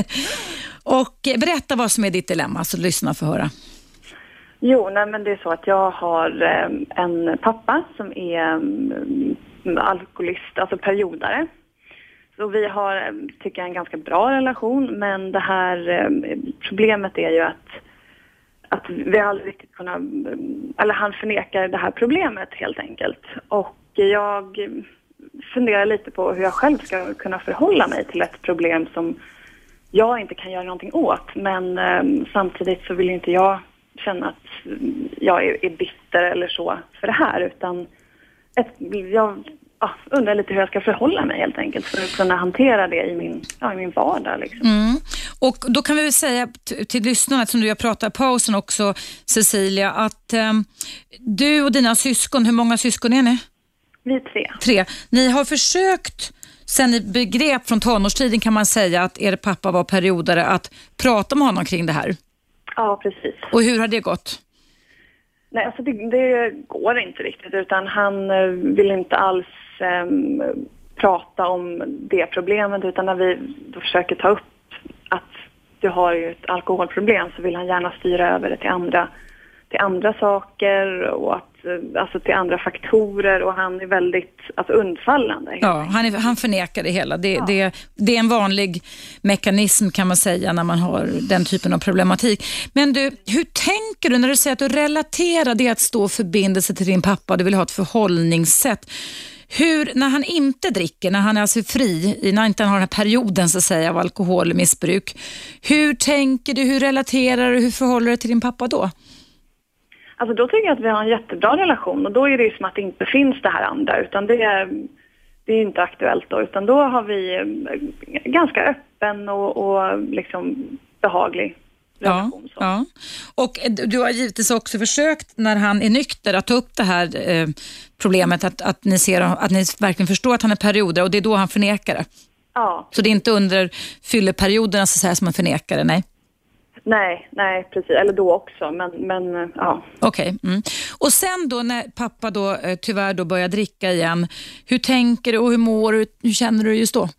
Och berätta vad som är ditt dilemma så lyssna för höra. Jo, nej, men det är så att jag har en pappa som är alkoholist, alltså periodare. Så vi har, tycker jag, en ganska bra relation, men det här problemet är ju att vi aldrig riktigt kunnat, eller han förnekar det här problemet helt enkelt. Och jag funderar lite på hur jag själv ska kunna förhålla mig till ett problem som jag inte kan göra någonting åt. Men samtidigt så vill inte jag känna att jag är bitter eller så för det här, utan jag undrar lite hur jag ska förhålla mig helt enkelt för att kunna hantera det i min vardag. Liksom. Mm. Och då kan vi väl säga till lyssnarna, som du har pratat i pausen också, Cecilia, att du och dina syskon, hur många syskon är ni? Vi är 3. 3. Ni har försökt, sen ni begrep från tonårstiden kan man säga att er pappa var periodare, att prata med honom kring det här. Ja, precis. Och hur har det gått? Nej, alltså det går inte riktigt, utan han vill inte alls prata om det problemet, utan när vi då försöker ta upp att du har ju ett alkoholproblem så vill han gärna styra över det till andra saker och alltså till andra faktorer, och han är väldigt undfallande. Ja, han förnekar det hela. Det är en vanlig mekanism kan man säga när man har den typen av problematik. Men du, hur tänker du när du säger att du relaterar det att stå förbindelse till din pappa och du vill ha ett förhållningssätt? När han inte dricker, när han är alltså fri, när han inte har den här perioden så att säga av alkoholmissbruk, hur tänker du, hur relaterar du, hur förhåller du till din pappa då? Alltså då tycker jag att vi har en jättebra relation, och då är det ju som att det inte finns det här andra, utan det är inte aktuellt då, utan då har vi ganska öppen och liksom behaglig relation. Ja, ja. Och du har givetvis också försökt när han är nykter att ta upp det här problemet, att ni verkligen förstår att han är perioder, och det är då han förnekar det. Ja. Så det är inte under fylleperioderna så att säga som man förnekar det, nej? Nej, precis. Eller då också, men ja. Okej. Mm. Och sen då när pappa då tyvärr då börjar dricka igen, hur tänker du och hur mår du, hur känner du just då?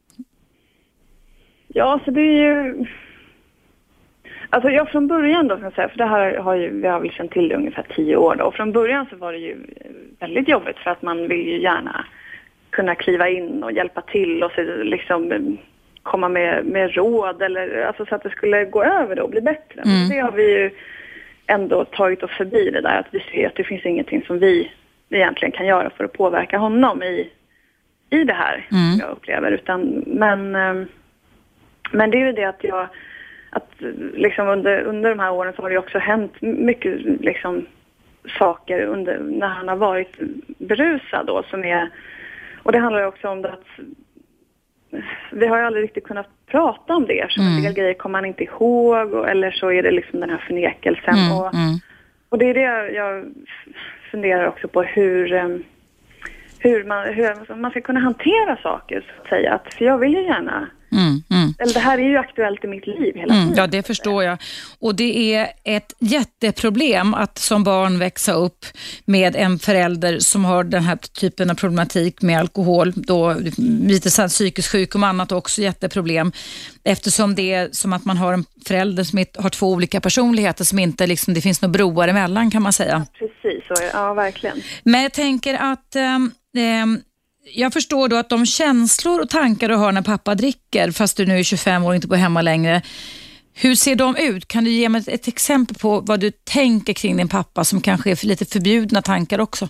Ja, så det är ju... Alltså jag från början då, kan jag säga, för det här vi har väl känt till det ungefär 10 år då, och från början så var det ju väldigt jobbigt för att man vill ju gärna kunna kliva in och hjälpa till och så liksom komma med råd eller alltså så att det skulle gå över då och bli bättre. Men det har vi ju ändå tagit oss förbi det där, att vi ser att det finns ingenting som vi egentligen kan göra för att påverka honom i det här jag upplever, utan men det är ju det att liksom under de här åren så har det också hänt mycket liksom saker när han har varit berusad då, och det handlar ju också om det att vi har ju aldrig riktigt kunnat prata om det, så en del grejer kommer man inte ihåg, eller så är det liksom den här förnekelsen och det är det jag funderar också på, hur man ska kunna hantera saker så att säga, för jag vill ju gärna eller det här är ju aktuellt i mitt liv hela tiden. Ja, det förstår jag. Och det är ett jätteproblem att som barn växa upp med en förälder som har den här typen av problematik med alkohol, då lite så psykisk sjukdom och annat också jätteproblem, eftersom det är som att man har en förälder som har 2 olika personligheter som inte liksom, det finns några broar emellan kan man säga. Ja, precis, ja verkligen. Men jag tänker att jag förstår då att de känslor och tankar du har när pappa dricker, fast du nu är 25 år och inte bor hemma längre, hur ser de ut? Kan du ge mig ett exempel på vad du tänker kring din pappa som kanske är lite förbjudna tankar också?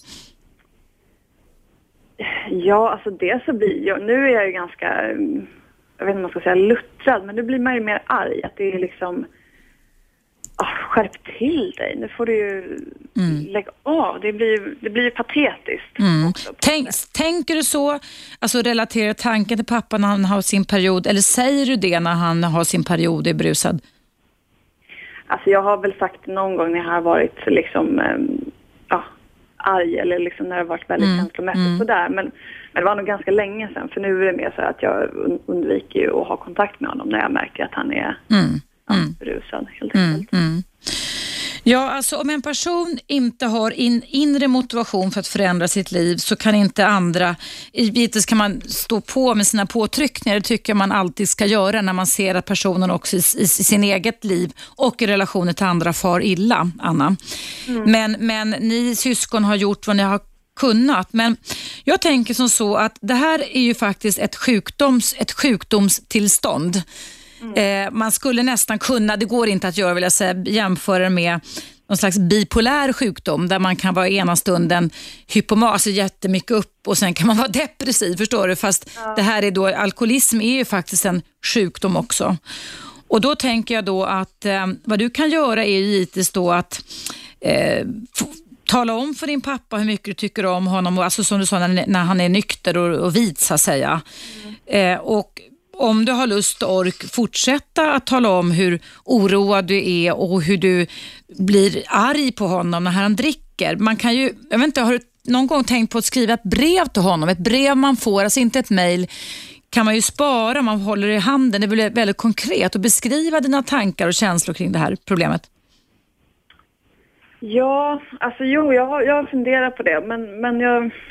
Ja, alltså det så blir nu är jag ju ganska, jag vet inte om man ska säga luttrad, men nu blir man ju mer arg, att det är liksom skärp till dig, nu får du ju lägga av. Det blir ju patetiskt. Också tänker du så, alltså relaterar tanken till pappa när han har sin period, eller säger du det när han har sin period i brusad? Alltså jag har väl sagt någon gång när jag har varit liksom arg, eller liksom när det har varit väldigt känslomässigt sådär, men det var nog ganska länge sedan, för nu är det mer så att jag undviker ju att ha kontakt med honom när jag märker att han är brusad helt enkelt. Ja, alltså om en person inte har inre motivation för att förändra sitt liv, så kan inte andra, givetvis kan man stå på med sina påtryckningar, det tycker jag man alltid ska göra när man ser att personen också i sin eget liv och i relationer till andra far illa, Anna. Men ni syskon har gjort vad ni har kunnat, men jag tänker som så att det här är ju faktiskt ett sjukdomstillstånd. Man skulle nästan kunna, det går inte att göra, vill jag säga, jämföra med någon slags bipolär sjukdom där man kan vara ena stunden hypoman, alltså jättemycket upp, och sen kan man vara depressiv, förstår du? Fast det här är då, alkoholism är ju faktiskt en sjukdom också. Och då tänker jag då att vad du kan göra är givetvis då att tala om för din pappa hur mycket du tycker om honom, alltså som du sa, när han är nykter och vit, så att säga. Och om du har lust och ork, fortsätta att tala om hur oroad du är och hur du blir arg på honom när han dricker. Man kan ju, jag vet inte, har du någon gång tänkt på att skriva ett brev till honom? Ett brev man får, alltså inte ett mejl, kan man ju spara, man håller i handen. Det blir väldigt konkret och beskriva dina tankar och känslor kring det här problemet. Ja, alltså jag funderar på det, men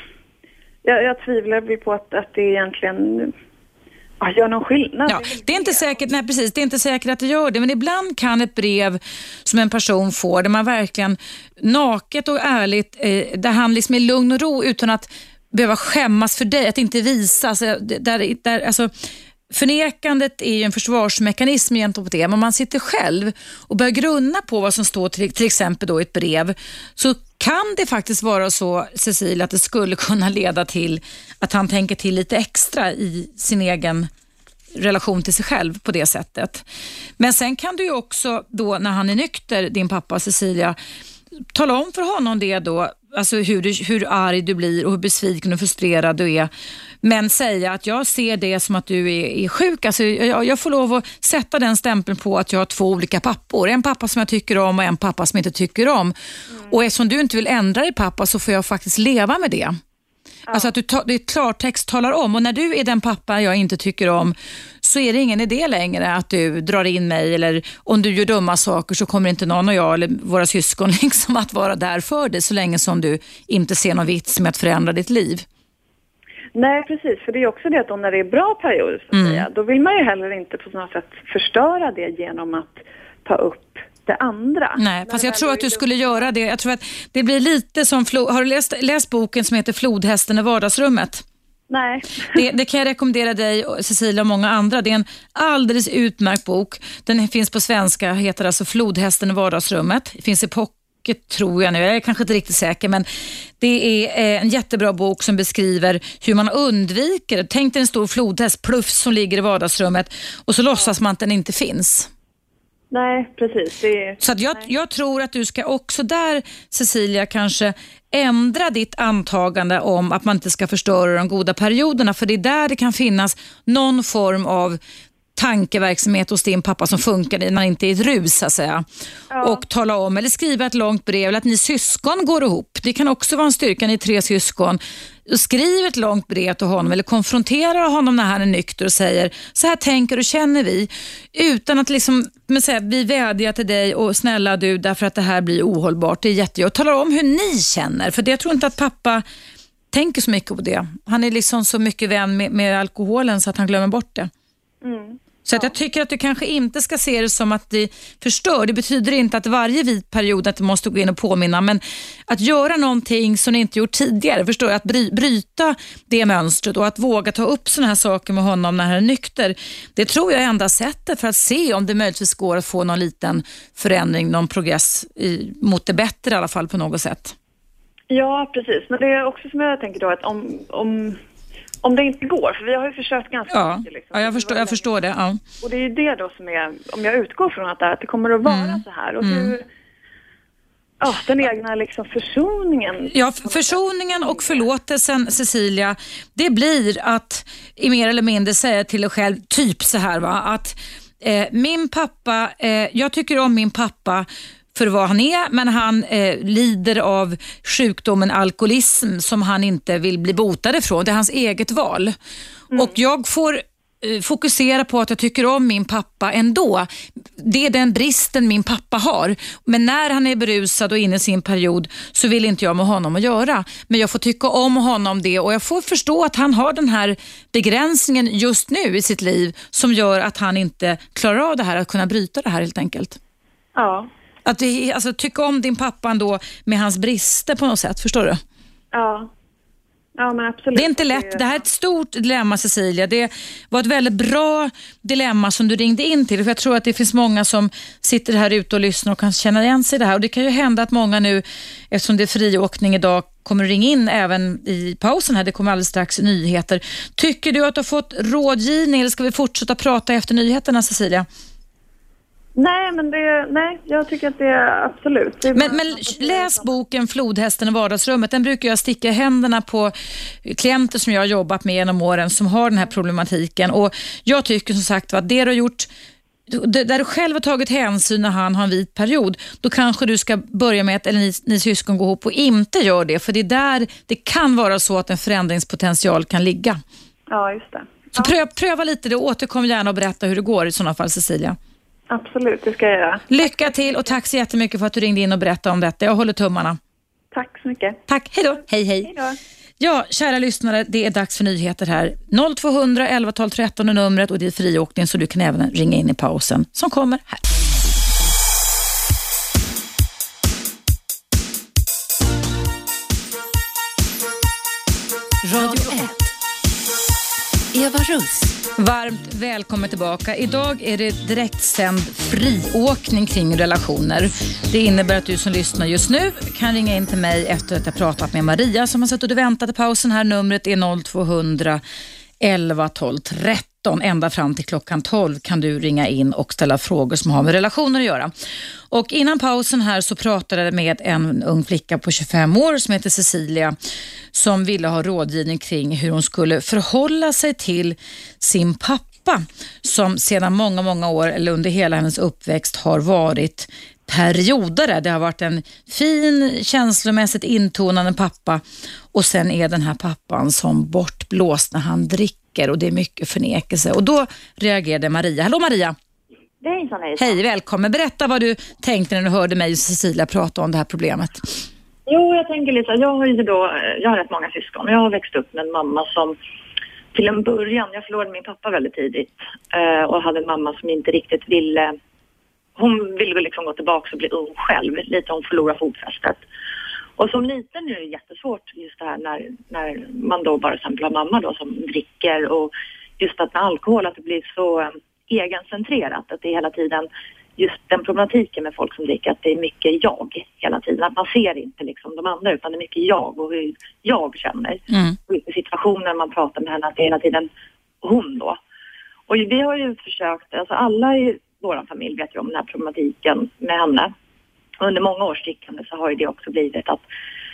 jag tvivlar på att det egentligen gör någon skillnad. Ja, det är inte säkert, nej precis, det är inte säkert att det gör det, men ibland kan ett brev som en person får, där man verkligen naket och ärligt, där han liksom är lugn och ro utan att behöva skämmas för dig, att inte visa, alltså förnekandet är ju en försvarsmekanism gentemot det, men om man sitter själv och börjar grunna på vad som står till exempel då i ett brev, så kan det faktiskt vara så, Cecilia, att det skulle kunna leda till att han tänker till lite extra i sin egen relation till sig själv på det sättet. Men sen kan du ju också då, när han är nykter, din pappa Cecilia, tala om för honom det då, alltså hur arg du blir och hur besviken och frustrerad du är. Men säga att jag ser det som att du är sjuk. Alltså jag får lov att sätta den stämpeln på att jag har två olika pappor. En pappa som jag tycker om och en pappa som jag inte tycker om. Och eftersom du inte vill ändra dig pappa, så får jag faktiskt leva med det. Alltså att det är klartext talar om. Och när du är den pappa jag inte tycker om, så är det ingen idé längre att du drar in mig, eller om du gör dumma saker så kommer inte någon och jag eller våra syskon liksom att vara där för dig, så länge som du inte ser någon vits med att förändra ditt liv. Nej, precis. För det är också det att när det är bra perioder, så att säga, då vill man ju heller inte på något sätt förstöra det genom att ta upp det andra. Nej, fast jag tror att du skulle göra det. Jag tror att det blir lite som... Har du läst boken som heter Flodhästen i vardagsrummet? Nej. Det kan jag rekommendera dig, Cecilia, och många andra. Det är en alldeles utmärkt bok. Den finns på svenska, heter alltså Flodhästen i vardagsrummet. Det finns i pocket, tror jag nu. Jag är kanske inte riktigt säker, men det är en jättebra bok som beskriver hur man undviker. Tänk dig en stor flodhäst, pluff, som ligger i vardagsrummet, och så låtsas man att den inte finns. Nej, precis. Så att jag tror att du ska också där, Cecilia, kanske ändra ditt antagande om att man inte ska förstöra de goda perioderna, för det är där det kan finnas någon form av tankeverksamhet hos din pappa som funkar när han inte är ett rus, så att säga. Ja. Och tala om, eller skriva ett långt brev, eller att ni syskon går ihop. Det kan också vara en styrka, ni 3 syskon. Skriv ett långt brev till honom, eller konfrontera honom när han är nykter och säger, så här tänker och känner vi, utan att liksom, men säga, vi vädjar till dig och snälla du, därför att det här blir ohållbart. Det är jättejobbigt. Tala om hur ni känner, för det, jag tror inte att pappa tänker så mycket på det. Han är liksom så mycket vän med alkoholen så att han glömmer bort det. Så att jag tycker att du kanske inte ska se det som att det förstör. Det betyder inte att varje vit period att du måste gå in och påminna, men att göra någonting som ni inte gjort tidigare, förstår jag, att bryta det mönstret och att våga ta upp såna här saker med honom när han är nykter. Det tror jag är enda sättet för att se om det möjligtvis går att få någon liten förändring, någon progress mot det bättre i alla fall på något sätt. Ja, precis. Men det är också som jag tänker då, att om det inte går, för vi har ju försökt ganska mycket. Liksom. Ja, jag förstår det. Ja. Och det är ju det då som är, om jag utgår från att det kommer att vara så här. Och hur, den egna liksom försoningen. Ja, försoningen och förlåtelsen, Cecilia, det blir att i mer eller mindre säga till dig själv typ så här, va, att min pappa, jag tycker om min pappa för vad han är, men han lider av sjukdomen alkoholism som han inte vill bli botad ifrån. Det är hans eget val. Och jag får fokusera på att jag tycker om min pappa ändå. Det är den bristen min pappa har. Men när han är berusad och inne i sin period så vill inte jag med honom att göra. Men jag får tycka om honom det, och jag får förstå att han har den här begränsningen just nu i sitt liv som gör att han inte klarar av det här, att kunna bryta det här helt enkelt. Ja. Att alltså, tycka om din pappa ändå med hans brister på något sätt, förstår du? Ja. Ja, men absolut. Det är inte lätt. Det här är ett stort dilemma, Cecilia. Det var ett väldigt bra dilemma som du ringde in till. För jag tror att det finns många som sitter här ute och lyssnar och kan känna igen sig i det här. Och det kan ju hända att många nu, eftersom det är friåkning idag, kommer att ringa in även i pausen här. Det kommer alldeles strax nyheter. Tycker du att du har fått rådgivning, eller ska vi fortsätta prata efter nyheterna, Cecilia? Nej, jag tycker att det är absolut. Men läs boken Flodhästen i vardagsrummet. Den brukar jag sticka i händerna på klienter som jag har jobbat med genom åren som har den här problematiken. Och jag tycker som sagt att det du har gjort, där du själv har tagit hänsyn när han har en vit period, då kanske du ska börja med att, eller ni syskon går ihop och inte gör det. För det är där det kan vara så att en förändringspotential kan ligga. Ja, just det. Så pröva lite det och återkom gärna och berätta hur det går i sådana fall, Cecilia. Absolut, det ska jag göra. Lycka till och tack så jättemycket för att du ringde in och berättade om detta. Jag håller tummarna. Tack så mycket. Tack, hej då. Hej. Hej då. Ja, kära lyssnare, det är dags för nyheter här. 0200 11 12 13 är numret, och det är friåkning, så du kan även ringa in i pausen som kommer här. Radio 1. Eva Russ. Varmt välkommen tillbaka. Idag är det direktsänd friåkning kring relationer. Det innebär att du som lyssnar just nu kan ringa in till mig efter att jag pratat med Maria som har suttit och väntat i pausen här. Numret är 0200 11 12 13. Ända fram till klockan 12 kan du ringa in och ställa frågor som har med relationer att göra. Och innan pausen här så pratade jag med en ung flicka på 25 år som heter Cecilia, som ville ha rådgivning kring hur hon skulle förhålla sig till sin pappa, som sedan många år, eller under hela hennes uppväxt, har varit periodare. Det har varit en fin, känslomässigt intonande pappa, och sen är den här pappan som bortblåst när han dricker, och det är mycket förnekelse. Och då reagerade Maria. Hallå Maria! Hejsan. Hej, välkommen. Berätta vad du tänkte när du hörde mig och Cecilia prata om det här problemet. Jo, jag tänker lite, jag har rätt många syskon, och jag har växt upp med en mamma som till en början, jag förlorade min pappa väldigt tidigt och hade en mamma som inte riktigt hon ville liksom gå tillbaka och bli ung själv, lite hon förlorade fotfästet. Och som liten nu är det jättesvårt just det här när man då bara exempel har mamma då som dricker, och just att med alkohol att det blir så egencentrerat, att det är hela tiden just den problematiken med folk som dricker, att det är mycket jag hela tiden, att man ser inte liksom de andra utan det är mycket jag och hur jag känner. Och i situationer man pratar med henne att det är hela tiden hon då. Och vi har ju försökt, alltså alla i vår familj vet ju om den här problematiken med henne. Under många års drickande så har ju det också blivit att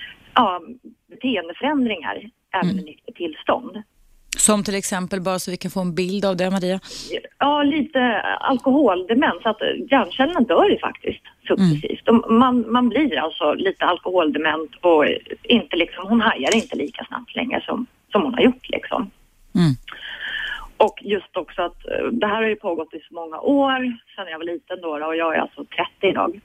beteendeförändringar även i nyktert tillstånd. Som till exempel, bara så vi kan få en bild av det, Maria. Ja, lite alkoholdemens. Att hjärncellerna dör ju faktiskt successivt. Man blir alltså lite alkoholdement och inte liksom, hon hajar inte lika snabbt längre som hon har gjort liksom. Och just också att det här har ju pågått i så många år sedan jag var liten då, och jag är alltså 30 idag.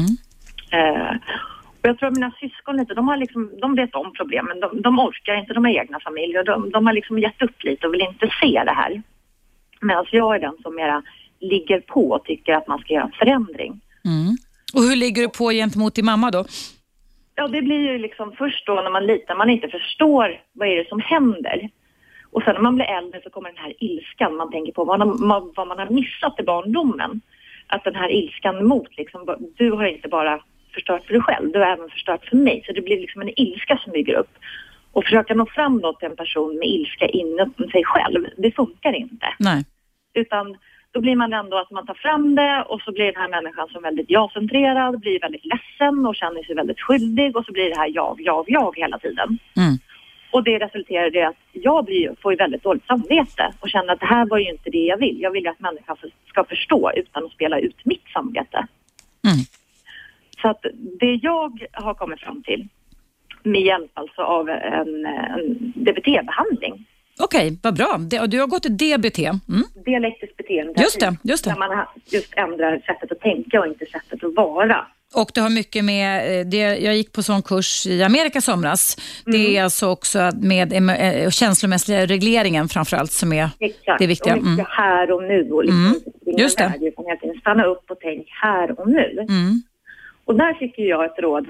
Och jag tror att mina syskon lite, de vet om problemen, de orkar inte, de har egna familjer, de har liksom gett upp lite och vill inte se det här. Men jag är den som mera ligger på och tycker att man ska göra en förändring. Och hur ligger du på gentemot din mamma då? Ja, det blir ju liksom först då när man inte förstår vad är det som händer. Och sen när man blir äldre så kommer den här ilskan, man tänker på vad man har missat i barndomen. Att den här ilskan mot liksom, du har inte bara förstört för dig själv, du har även förstört för mig. Så det blir liksom en ilska som bygger upp. och försöka nå fram då till en person med ilska inom sig själv, det funkar inte. Nej. Utan då blir man ändå att man tar fram det och så blir den här människan som väldigt jag-centrerad, blir väldigt ledsen och känner sig väldigt skyldig och så blir det här jag hela tiden. Mm. Och det resulterar i att jag får ju väldigt dåligt samvete och känner att det här var ju inte det jag vill. Jag vill ju att människan ska förstå utan att spela ut mitt samvete. Mm. Så att det jag har kommit fram till med hjälp alltså av en DBT-behandling. Okej, vad bra. Du har gått till DBT. Mm. Dialektisk beteende. Just det. Där man just ändrar sättet att tänka och inte sättet att vara. Och det har mycket med, jag gick på sån kurs i Amerika somras. Det är alltså också med känslomässiga regleringen framförallt som är det viktiga. Och mycket här och nu. Och just det. Stanna upp och tänk här och nu. Mm. Och där fick jag ett råd.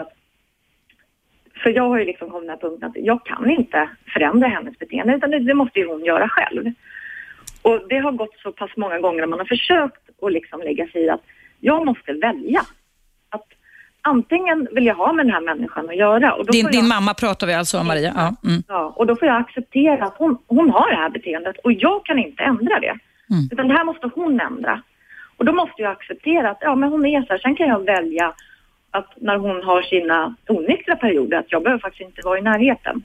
För jag har ju liksom kommit den här punkten att jag kan inte förändra hennes beteende utan det måste ju hon göra själv. Och det har gått så pass många gånger att man har försökt att liksom lägga sig i att jag måste välja. Att antingen vill jag ha med den här människan att göra. Och då din mamma pratar vi alltså om, Maria. Ja. Mm. Ja, och då får jag acceptera att hon har det här beteendet och jag kan inte ändra det. Mm. Utan det här måste hon ändra. Och då måste jag acceptera att men hon är så här. Sen kan jag välja att när hon har sina onyktra perioder att jag behöver faktiskt inte vara i närheten.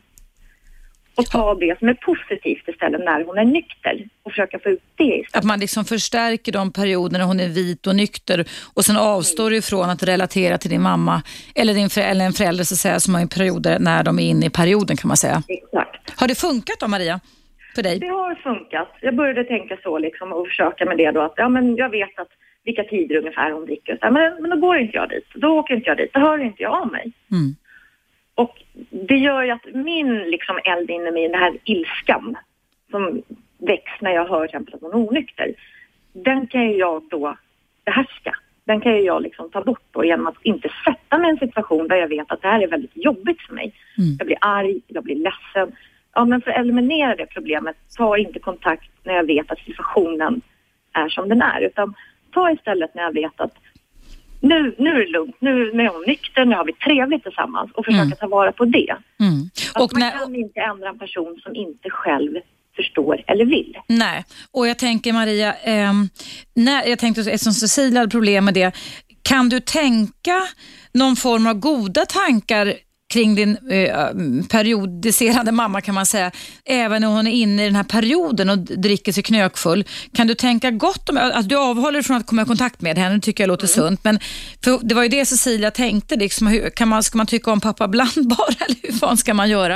Och ta det som är positivt istället när hon är nykter och försöka få ut det istället. Att man liksom förstärker de perioder när hon är vit och nykter och sen avstår ifrån att relatera till din mamma eller en förälder så att säga, som har en perioder när de är inne i perioden kan man säga. Exakt. Har det funkat då, Maria? För dig? Det har funkat. Jag började tänka så liksom och försöka med det då att jag vet att vilka tider ungefär hon dricker. Men då går inte jag dit. Då åker inte jag dit. Då hör inte jag av mig. Mm. Och det gör ju att min liksom eld inom mig, den här ilskan som väcks när jag hör till exempel att hon är onykter. Den kan ju jag då behärska. Den kan ju jag liksom ta bort då genom att inte sätta mig i en situation där jag vet att det här är väldigt jobbigt för mig. Mm. Jag blir arg, jag blir ledsen. Ja, men för att eliminera det problemet, ta inte kontakt när jag vet att situationen är som den är. Utan ta istället när jag vet att nu är det lugnt, nu är jag nykter, nu har vi trevligt tillsammans och försöka ta vara på det. Mm. Och man kan inte ändra en person som inte själv förstår eller vill. Nej, och jag tänker Maria, jag tänkte eftersom Cecilia hade problem med det, kan du tänka någon form av goda tankar kring din periodiserande mamma kan man säga, även när hon är inne i den här perioden och dricker sig knökfull. Kan du tänka gott om att du avhåller från att komma i kontakt med henne, tycker jag låter sunt, men för det var ju det Cecilia tänkte, liksom, ska man tycka om pappa blandbar eller hur fan ska man göra?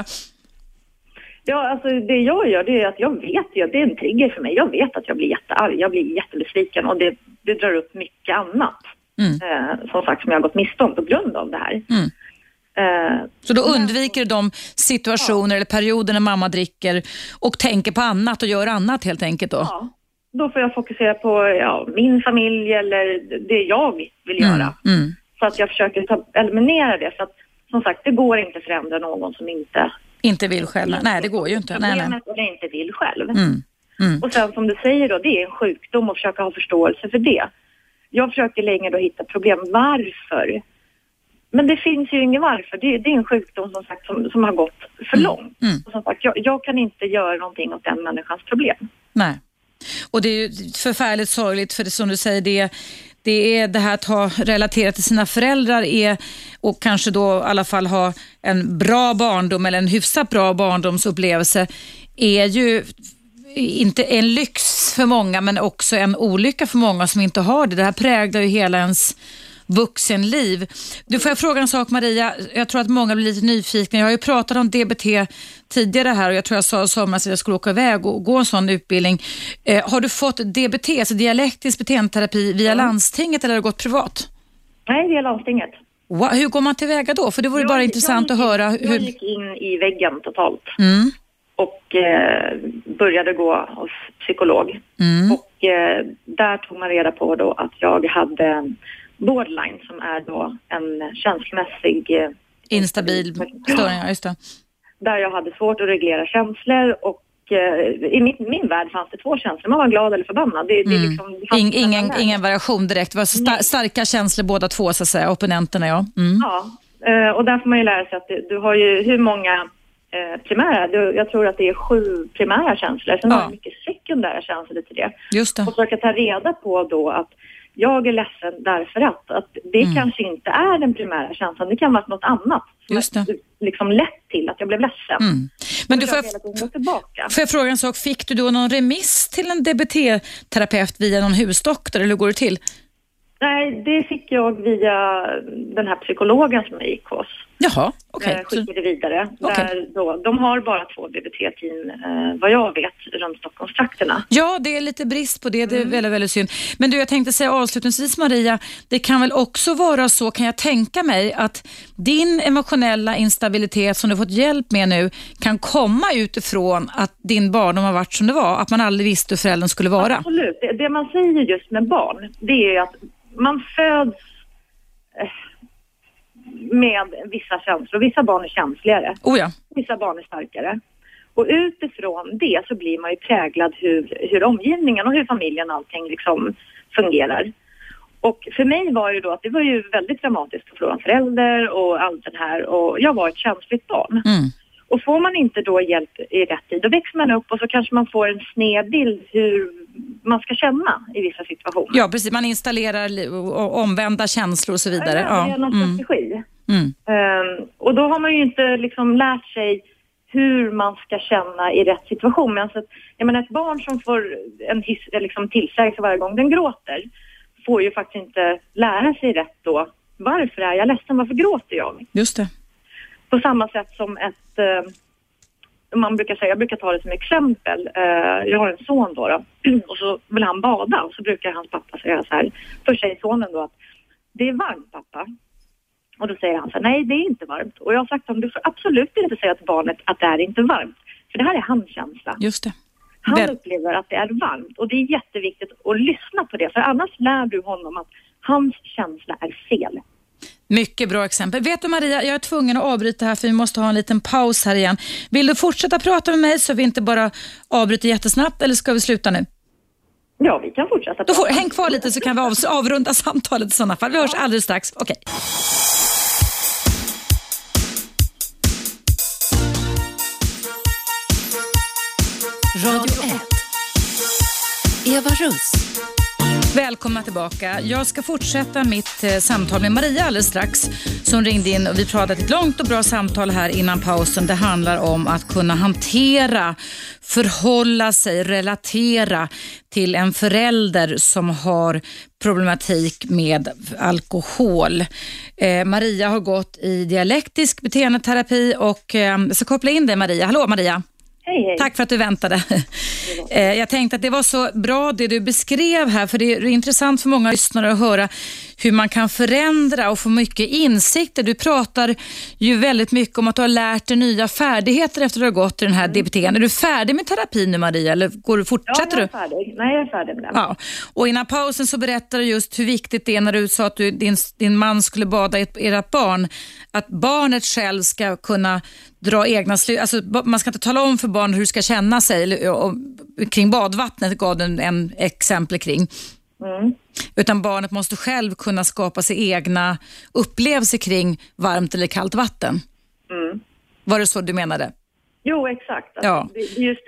Ja, alltså det jag gör det är att jag vet ju att det är en trigger för mig. Jag vet att jag blir jättearg, jag blir jättebesviken och det drar upp mycket annat som sagt som jag har gått miste om på grund av det här. Mm. Så då undviker du de situationer eller perioder när mamma dricker och tänker på annat och gör annat helt enkelt då? Ja, då får jag fokusera på min familj eller det jag vill göra. Mm. Så att jag försöker eliminera det. Så att som sagt, det går inte att förändra någon som inte vill själv. Nej, det går ju inte. Nej. Eller inte vill själv. Och sen som du säger då, det är en sjukdom och försöka ha förståelse för det. Jag försöker länge då hitta problem. Varför? Men det finns ju ingen varför. Det är en sjukdom som sagt som har gått för långt. Och som sagt, jag kan inte göra någonting åt den människans problem. Nej. Och det är ju förfärligt sorgligt för det som du säger, det är det här att ha relaterat till sina föräldrar och kanske då i alla fall ha en bra barndom eller en hyfsat bra barndomsupplevelse är ju inte en lyx för många men också en olycka för många som inte har det. Det här präglar ju hela ens vuxenliv. Du, får jag fråga en sak Maria? Jag tror att många blir lite nyfikna. Jag har ju pratat om DBT tidigare här och jag tror jag sa i somras att jag skulle åka iväg och gå en sån utbildning. Har du fått DBT, alltså dialektisk beteendeterapi via landstinget eller har det gått privat? Nej, via landstinget. Hur går man tillväga då? För det vore bara intressant att höra. Jag gick in i väggen totalt och började gå hos psykolog. Och där tog man reda på då att jag hade borderline som är då en känslomässig instabil störning, just det. Där jag hade svårt att reglera känslor och i min värld fanns det två känslor. Man var glad eller förbannad. Det liksom, ingen variation direkt. Det var starka känslor båda två så att säga, opponenterna Ja, och där får man ju lära sig att du har ju hur många primära. Jag tror att det är 7 primära känslor. Sen har jag mycket sekundära känslor till det. Just det. Och försöka ta reda på då att jag är ledsen därför att det kanske inte är den primära känslan. Det kan vara något annat som liksom lett till att jag blev ledsen. Men du får jag fråga en sak. Fick du då någon remiss till en DBT-terapeut via någon husdoktor, eller hur går det till? Nej, det fick jag via den här psykologen som jag gick hos. Jaha, okej. Skickade vidare. Där då, de har bara 2 DBT-team, vad jag vet, runt Stockholmstrakterna. Ja, det är lite brist på det. Det är väldigt, väldigt synd. Men du, jag tänkte säga avslutningsvis, Maria, det kan väl också vara så, kan jag tänka mig, att din emotionella instabilitet som du fått hjälp med nu kan komma utifrån att din barndom har varit som det var, att man aldrig visste hur föräldern skulle vara. Absolut. Det man säger just med barn, det är att man föds med vissa känslor. Vissa barn är känsligare. Vissa barn är starkare. Och utifrån det så blir man ju präglad hur omgivningen och hur familjen och allting liksom fungerar. Och för mig var det då att det var ju väldigt dramatiskt att förlora en förälder och allt det här. Och jag var ett känsligt barn. Och får man inte då hjälp i rätt tid, då växer man upp och så kanske man får en snedbild hur man ska känna i vissa situationer. Ja, precis. Man installerar omvända känslor och så vidare. Ja, det är någon strategi. Och då har man ju inte liksom lärt sig hur man ska känna i rätt situation. Men alltså, jag menar, ett barn som får en liksom tillsägelse varje gång den gråter får ju faktiskt inte lära sig rätt då. Varför är jag ledsen? Varför gråter jag? Just det. På samma sätt som jag brukar ta det som exempel. Jag har en son då och så vill han bada och så brukar hans pappa säga så här. Först säger sonen då att det är varmt, pappa. Och då säger han så här, nej, det är inte varmt. Och jag har sagt att du får absolut inte säga till barnet att det är inte varmt. För det här är hans känsla. Just det. Han upplever att det är varmt. Och det är jätteviktigt att lyssna på det. För annars lär du honom att hans känsla är fel. Mycket bra exempel. Vet du, Maria, jag är tvungen att avbryta här för vi måste ha en liten paus här igen. Vill du fortsätta prata med mig så vi inte bara avbryter jättesnabbt, eller ska vi sluta nu? Ja, vi kan fortsätta. Då häng kvar lite så kan vi avrunda samtalet i sådana fall. Vi hörs alldeles strax. Okej. Radio 1. Eva Russ. Välkomna tillbaka. Jag ska fortsätta mitt samtal med Maria alldeles strax, som ringde in och vi pratade ett långt och bra samtal här innan pausen. Det handlar om att kunna hantera, förhålla sig, relatera till en förälder som har problematik med alkohol. Maria har gått i dialektisk beteendeterapi och jag ska koppla in dig, Maria. Hallå, Maria. Hej. Tack för att du väntade. Jag tänkte att det var så bra det du beskrev här, för det är intressant för många lyssnare att höra hur man kan förändra och få mycket insikter. Du pratar ju väldigt mycket om att du har lärt dig nya färdigheter efter att du har gått i den här DBT. Är du färdig med terapin nu, Maria, eller fortsätter du? Ja, jag är färdig. Nej, jag är färdig med den. Ja. Och innan pausen så berättade du just hur viktigt det är när du sa att din man skulle bada ert barn, att barnet själv ska kunna dra egna alltså man ska inte tala om för barn hur du ska känna sig kring badvattnet, gav en exempel kring. Utan barnet måste själv kunna skapa sig egna upplevelser kring varmt eller kallt vatten. Var det så du menade? Jo, exakt. Alltså, ja. Det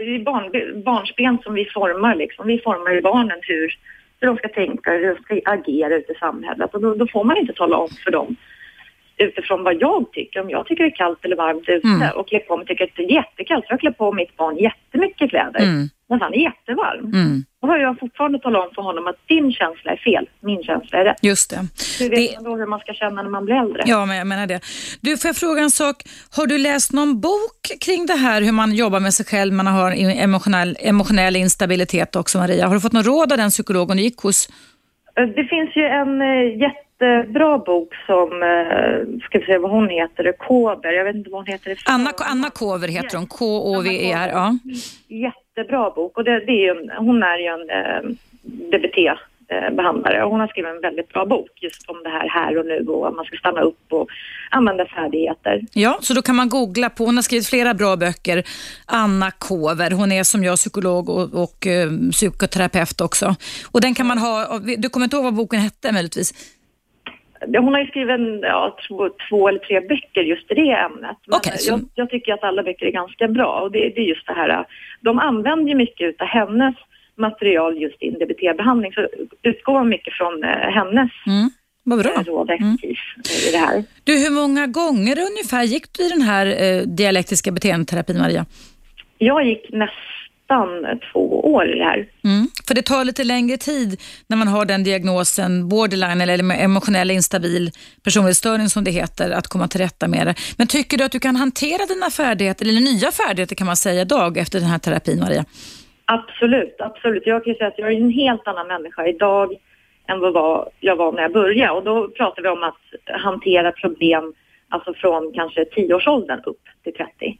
är barnsben som vi formar liksom. Vi formar ju barnen hur de ska tänka, hur de ska agera ute i samhället. Och då får man inte tala om för dem utifrån vad jag tycker. Om jag tycker det är kallt eller varmt ute och klär på mig tycker att det är jättekallt. Så jag klär på mitt barn jättemycket kläder. Men han är jättevarm. Då har jag fortfarande talat om för honom att din känsla är fel. Min känsla är rätt. Just det. Hur vet man då hur man ska känna när man blir äldre? Ja, men jag menar det. Du, får jag fråga en sak? Har du läst någon bok kring det här? Hur man jobbar med sig själv, man har emotionell instabilitet också, Maria. Har du fått någon råd av den psykologen du gick hos? Det finns ju en jättebra bok som, ska vi se vad hon heter, Kåber. Jag vet inte vad hon heter. Anna Kåver heter hon, K-O-V-E-R, ja. Jättebra bok och det är ju hon är ju en DBT-behandlare och hon har skrivit en väldigt bra bok just om det här och nu och att man ska stanna upp och använda färdigheter. Ja, så då kan man googla på, hon har skrivit flera bra böcker, Anna Kåver, hon är som jag psykolog och psykoterapeut också. Och den kan man ha, du kommer inte ihåg vad boken hette möjligtvis? Hon har ju skrivit två eller 3 böcker just i det ämnet. Men jag tycker att alla böcker är ganska bra. Och det är just det här, de använder ju mycket av hennes material just i DBT-behandling. Så utgår man mycket från hennes råd i det här. Du, hur många gånger ungefär gick du i den här dialektiska beteendeterapin, Maria? Jag gick nästan 2 år i det här. För det tar lite längre tid när man har den diagnosen, borderline eller emotionell instabil personlighetsstörning som det heter, att komma till rätta med det. Men tycker du att du kan hantera dina färdigheter, eller nya färdigheter kan man säga, idag efter den här terapin, Maria? Absolut. Jag kan säga att jag är en helt annan människa idag än vad jag var när jag började. Och då pratar vi om att hantera problem alltså från kanske 10-årsåldern upp till 30.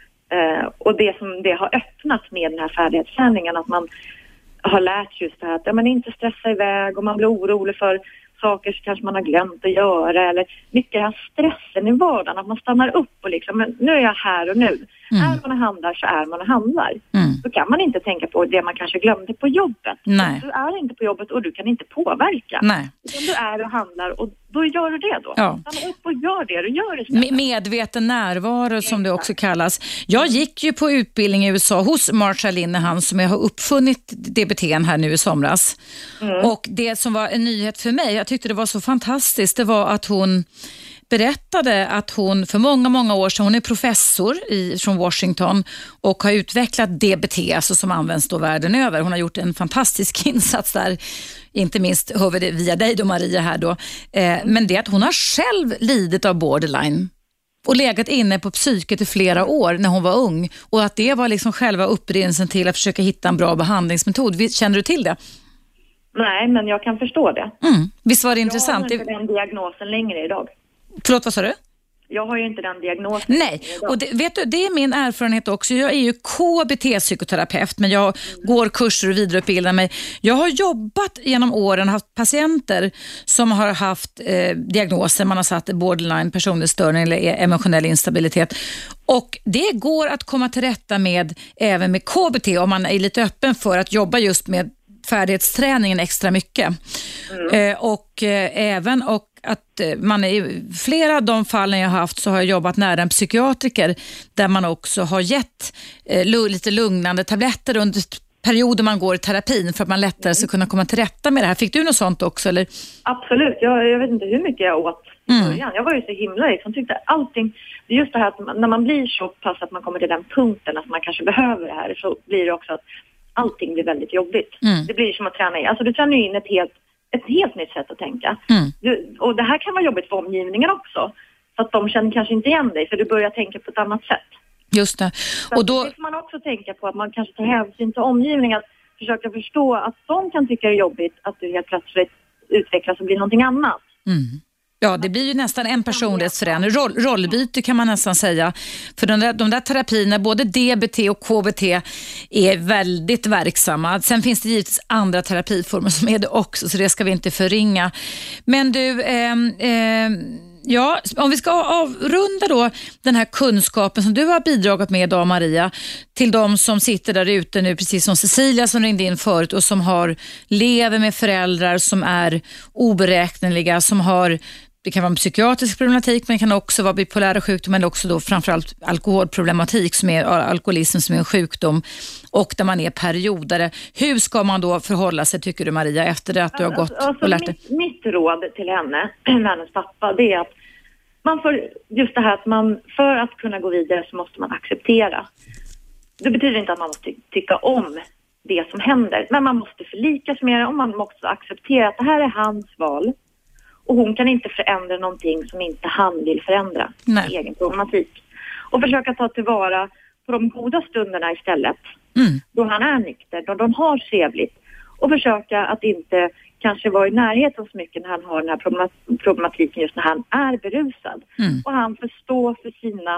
Och det som det har öppnat med den här färdighetsträningen, att man har lärt just det här att man inte stressar iväg och man blir orolig för saker som kanske man har glömt att göra, eller mycket den här stressen i vardagen, att man stannar upp och liksom, men nu är jag här och nu. Är man och handlar så är man och handlar. Då kan man inte tänka på det man kanske glömde på jobbet. Nej. Du är inte på jobbet och du kan inte påverka. Nej. Utan du är och handlar och då gör du det då. Ja. Stanna upp och gör det, du gör det. Medveten närvaro som det också kallas. Jag gick ju på utbildning i USA hos Marshall Linehan som jag har uppfunnit DBT här nu i somras. Och det som var en nyhet för mig, jag tyckte det var så fantastiskt, det var att hon berättade att hon för många år sedan, hon är professor från Washington och har utvecklat DBT, alltså som används då världen över. Hon har gjort en fantastisk insats där, inte minst hör vi det via dig då, Maria här då. Men det att hon har själv lidit av borderline och legat inne på psyket i flera år när hon var ung, och att det var liksom själva upprinnelsen till att försöka hitta en bra behandlingsmetod. Känner du till det? Nej, men jag kan förstå det. Visst var det intressant? Jag har inte den diagnosen längre idag. Förlåt, vad sa du? Jag har ju inte den diagnosen. Nej, och vet du, det är min erfarenhet också. Jag är ju KBT-psykoterapeut, men jag går kurser och vidareutbildar mig. Jag har jobbat genom åren, haft patienter som har haft diagnoser. Man har satt borderline, personlighetsstörning eller emotionell instabilitet. Och det går att komma till rätta med även med KBT om man är lite öppen för att jobba just med färdighetsträningen extra mycket. Även att man i flera av de fallen jag har haft så har jag jobbat nära en psykiatriker där man också har gett lite lugnande tabletter under perioder man går i terapin för att man lättare ska kunna komma till rätta med det här. Fick du något sånt också? Eller? Absolut, jag vet inte hur mycket jag åt i början. Jag var ju så himla liksom, tyckte allting, det är just det här att när man blir så pass att man kommer till den punkten att man kanske behöver det här, så blir det också att allting blir väldigt jobbigt. Det blir som att träna in. Alltså du tränar in ett helt nytt sätt att tänka. Och det här kan vara jobbigt för omgivningen också. Så att de känner kanske inte igen dig, för du börjar tänka på ett annat sätt. Just det. Och då får man också tänka på att man kanske tar hänsyn till omgivningen. Att försöka förstå att de kan tycka det är jobbigt att du helt plötsligt utvecklas och blir någonting annat. Ja, det blir ju nästan en personlighetsförändring. Rollbyte kan man nästan säga. För de där terapierna, både DBT och KBT, är väldigt verksamma. Sen finns det givetvis andra terapiformer som är det också, så det ska vi inte förringa. Men du, ja, om vi ska avrunda då den här kunskapen som du har bidragit med idag, Maria, till de som sitter där ute nu, precis som Cecilia som ringde in förut och som lever med föräldrar som är oberäkneliga, som har, det kan vara en psykiatrisk problematik, men det kan också vara bipolära sjukdomar, eller också då framförallt alkoholproblematik som är alkoholism som är en sjukdom, och där man är periodare. Hur ska man då förhålla sig, tycker du, Maria, efter det att du har gått och lärt dig? Mitt råd till henne, hennes pappa, det är att man får just det här att man, för att kunna gå vidare så måste man acceptera. Det betyder inte att man måste tycka om det som händer, men man måste förlikas med det och man måste acceptera att det här är hans val. Och hon kan inte förändra någonting som inte han vill förändra. Nej. Egen problematik. Och försöka ta tillvara på de goda stunderna istället. Då han är nykter, då de har trevligt. Och försöka att inte kanske vara i närheten så mycket när han har den här problematiken just när han är berusad. Och han får stå för sina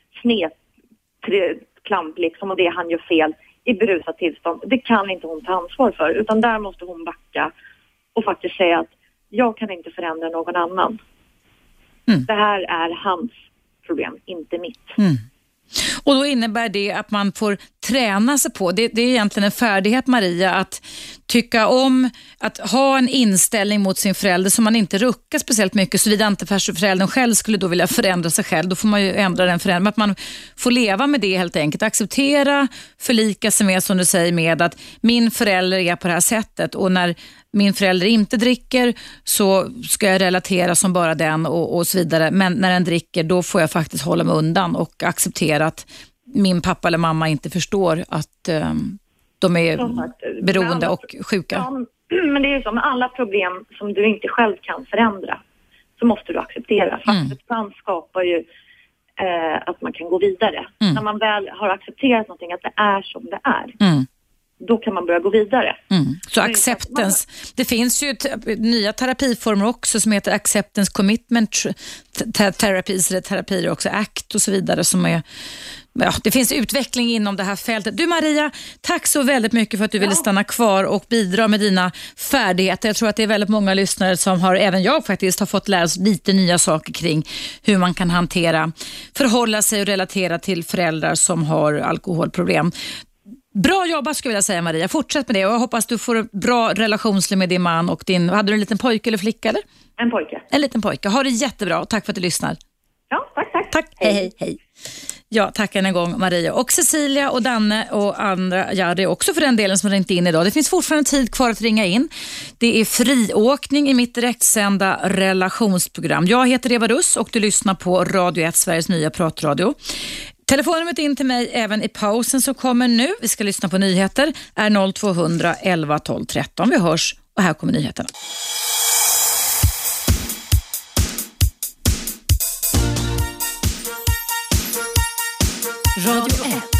snedklamp liksom, och det han gör fel i berusat tillstånd. Det kan inte hon ta ansvar för, utan där måste hon backa och faktiskt säga att jag kan inte förändra någon annan. Det här är hans problem, inte mitt. Och då innebär det att man får träna sig på. Det är egentligen en färdighet, Maria, att tycka om, att ha en inställning mot sin förälder som man inte ruckar speciellt mycket, såvida inte föräldern själv skulle då vilja förändra sig själv. Då får man ju ändra den förändringen. Att man får leva med det helt enkelt. Acceptera, förlika sig med, som du säger, med att min förälder är på det här sättet, och när min förälder inte dricker så ska jag relatera som bara den och så vidare. Men när den dricker, då får jag faktiskt hålla mig undan och acceptera att min pappa eller mamma inte förstår att de är beroende och sjuka. Ja, men det är ju så, med alla problem som du inte själv kan förändra så måste du acceptera. Acceptans skapar ju att man kan gå vidare. När man väl har accepterat någonting, att det är som det är, då kan man börja gå vidare. Så acceptance, det finns ju nya terapiformer också som heter acceptance commitment therapies, eller terapier också, ACT och så vidare, som är, det finns utveckling inom det här fältet. Du Maria, tack så väldigt mycket för att du ville stanna kvar och bidra med dina färdigheter. Jag tror att det är väldigt många lyssnare som har, även jag faktiskt, har fått lära oss lite nya saker kring hur man kan förhålla sig och relatera till föräldrar som har alkoholproblem. Bra jobbat skulle jag vilja säga, Maria. Fortsätt med det, och jag hoppas du får bra relationsliv med din man och din... Hade du en liten pojke eller flicka, eller? En pojke. En liten pojke. Ha det jättebra och tack för att du lyssnar. Ja, tack. Tack. Hej. Ja, tack en gång Maria. Och Cecilia och Danne och andra, Jari också för den delen, som har ringt in idag. Det finns fortfarande tid kvar att ringa in. Det är friåkning i mitt direktsända relationsprogram. Jag heter Eva Russ och du lyssnar på Radio 1, Sveriges nya pratradio. Telefonnumret in till mig även i pausen som kommer nu, vi ska lyssna på nyheter, är 0200 11 12 13. Vi hörs, och här kommer nyheterna. Radio 1.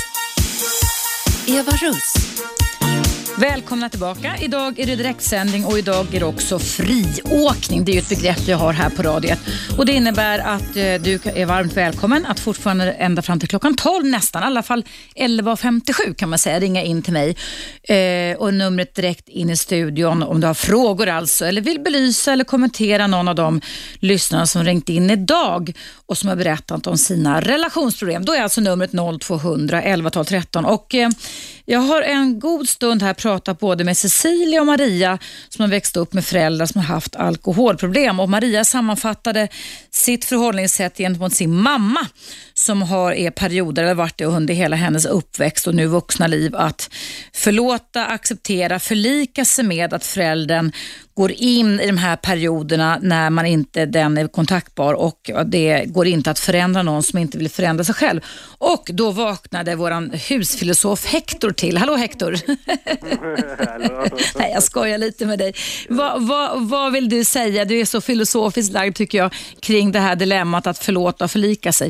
Eva Russ. Välkomna tillbaka. Idag är det direktsändning och idag är det också friåkning. Det är ju ett begrepp jag har här på radiet. Och det innebär att du är varmt välkommen att fortfarande ända fram till klockan 12 nästan, i alla fall 11.57 kan man säga, ringa in till mig. Och numret direkt in i studion om du har frågor alltså, eller vill belysa eller kommentera någon av de lyssnare som ringt in idag och som har berättat om sina relationsproblem. Då är alltså numret 0200 11 12 13. Och jag har en god stund här pratat både med Cecilia och Maria som har växt upp med föräldrar som har haft alkoholproblem. Och Maria sammanfattade sitt förhållningssätt gentemot sin mamma som är perioder, eller varit det under hela hennes uppväxt och nu vuxna liv, att förlåta, acceptera, förlika sig med att föräldern går in i de här perioderna när man inte den är kontaktbar, och det går inte att förändra någon som inte vill förändra sig själv. Och då vaknade våran husfilosof Hector till. Hallå Hector! Hallå. Nej, jag skojar lite med dig. Vad vill du säga? Du är så filosofiskt lagd tycker jag kring det här dilemmat att förlåta och förlika sig.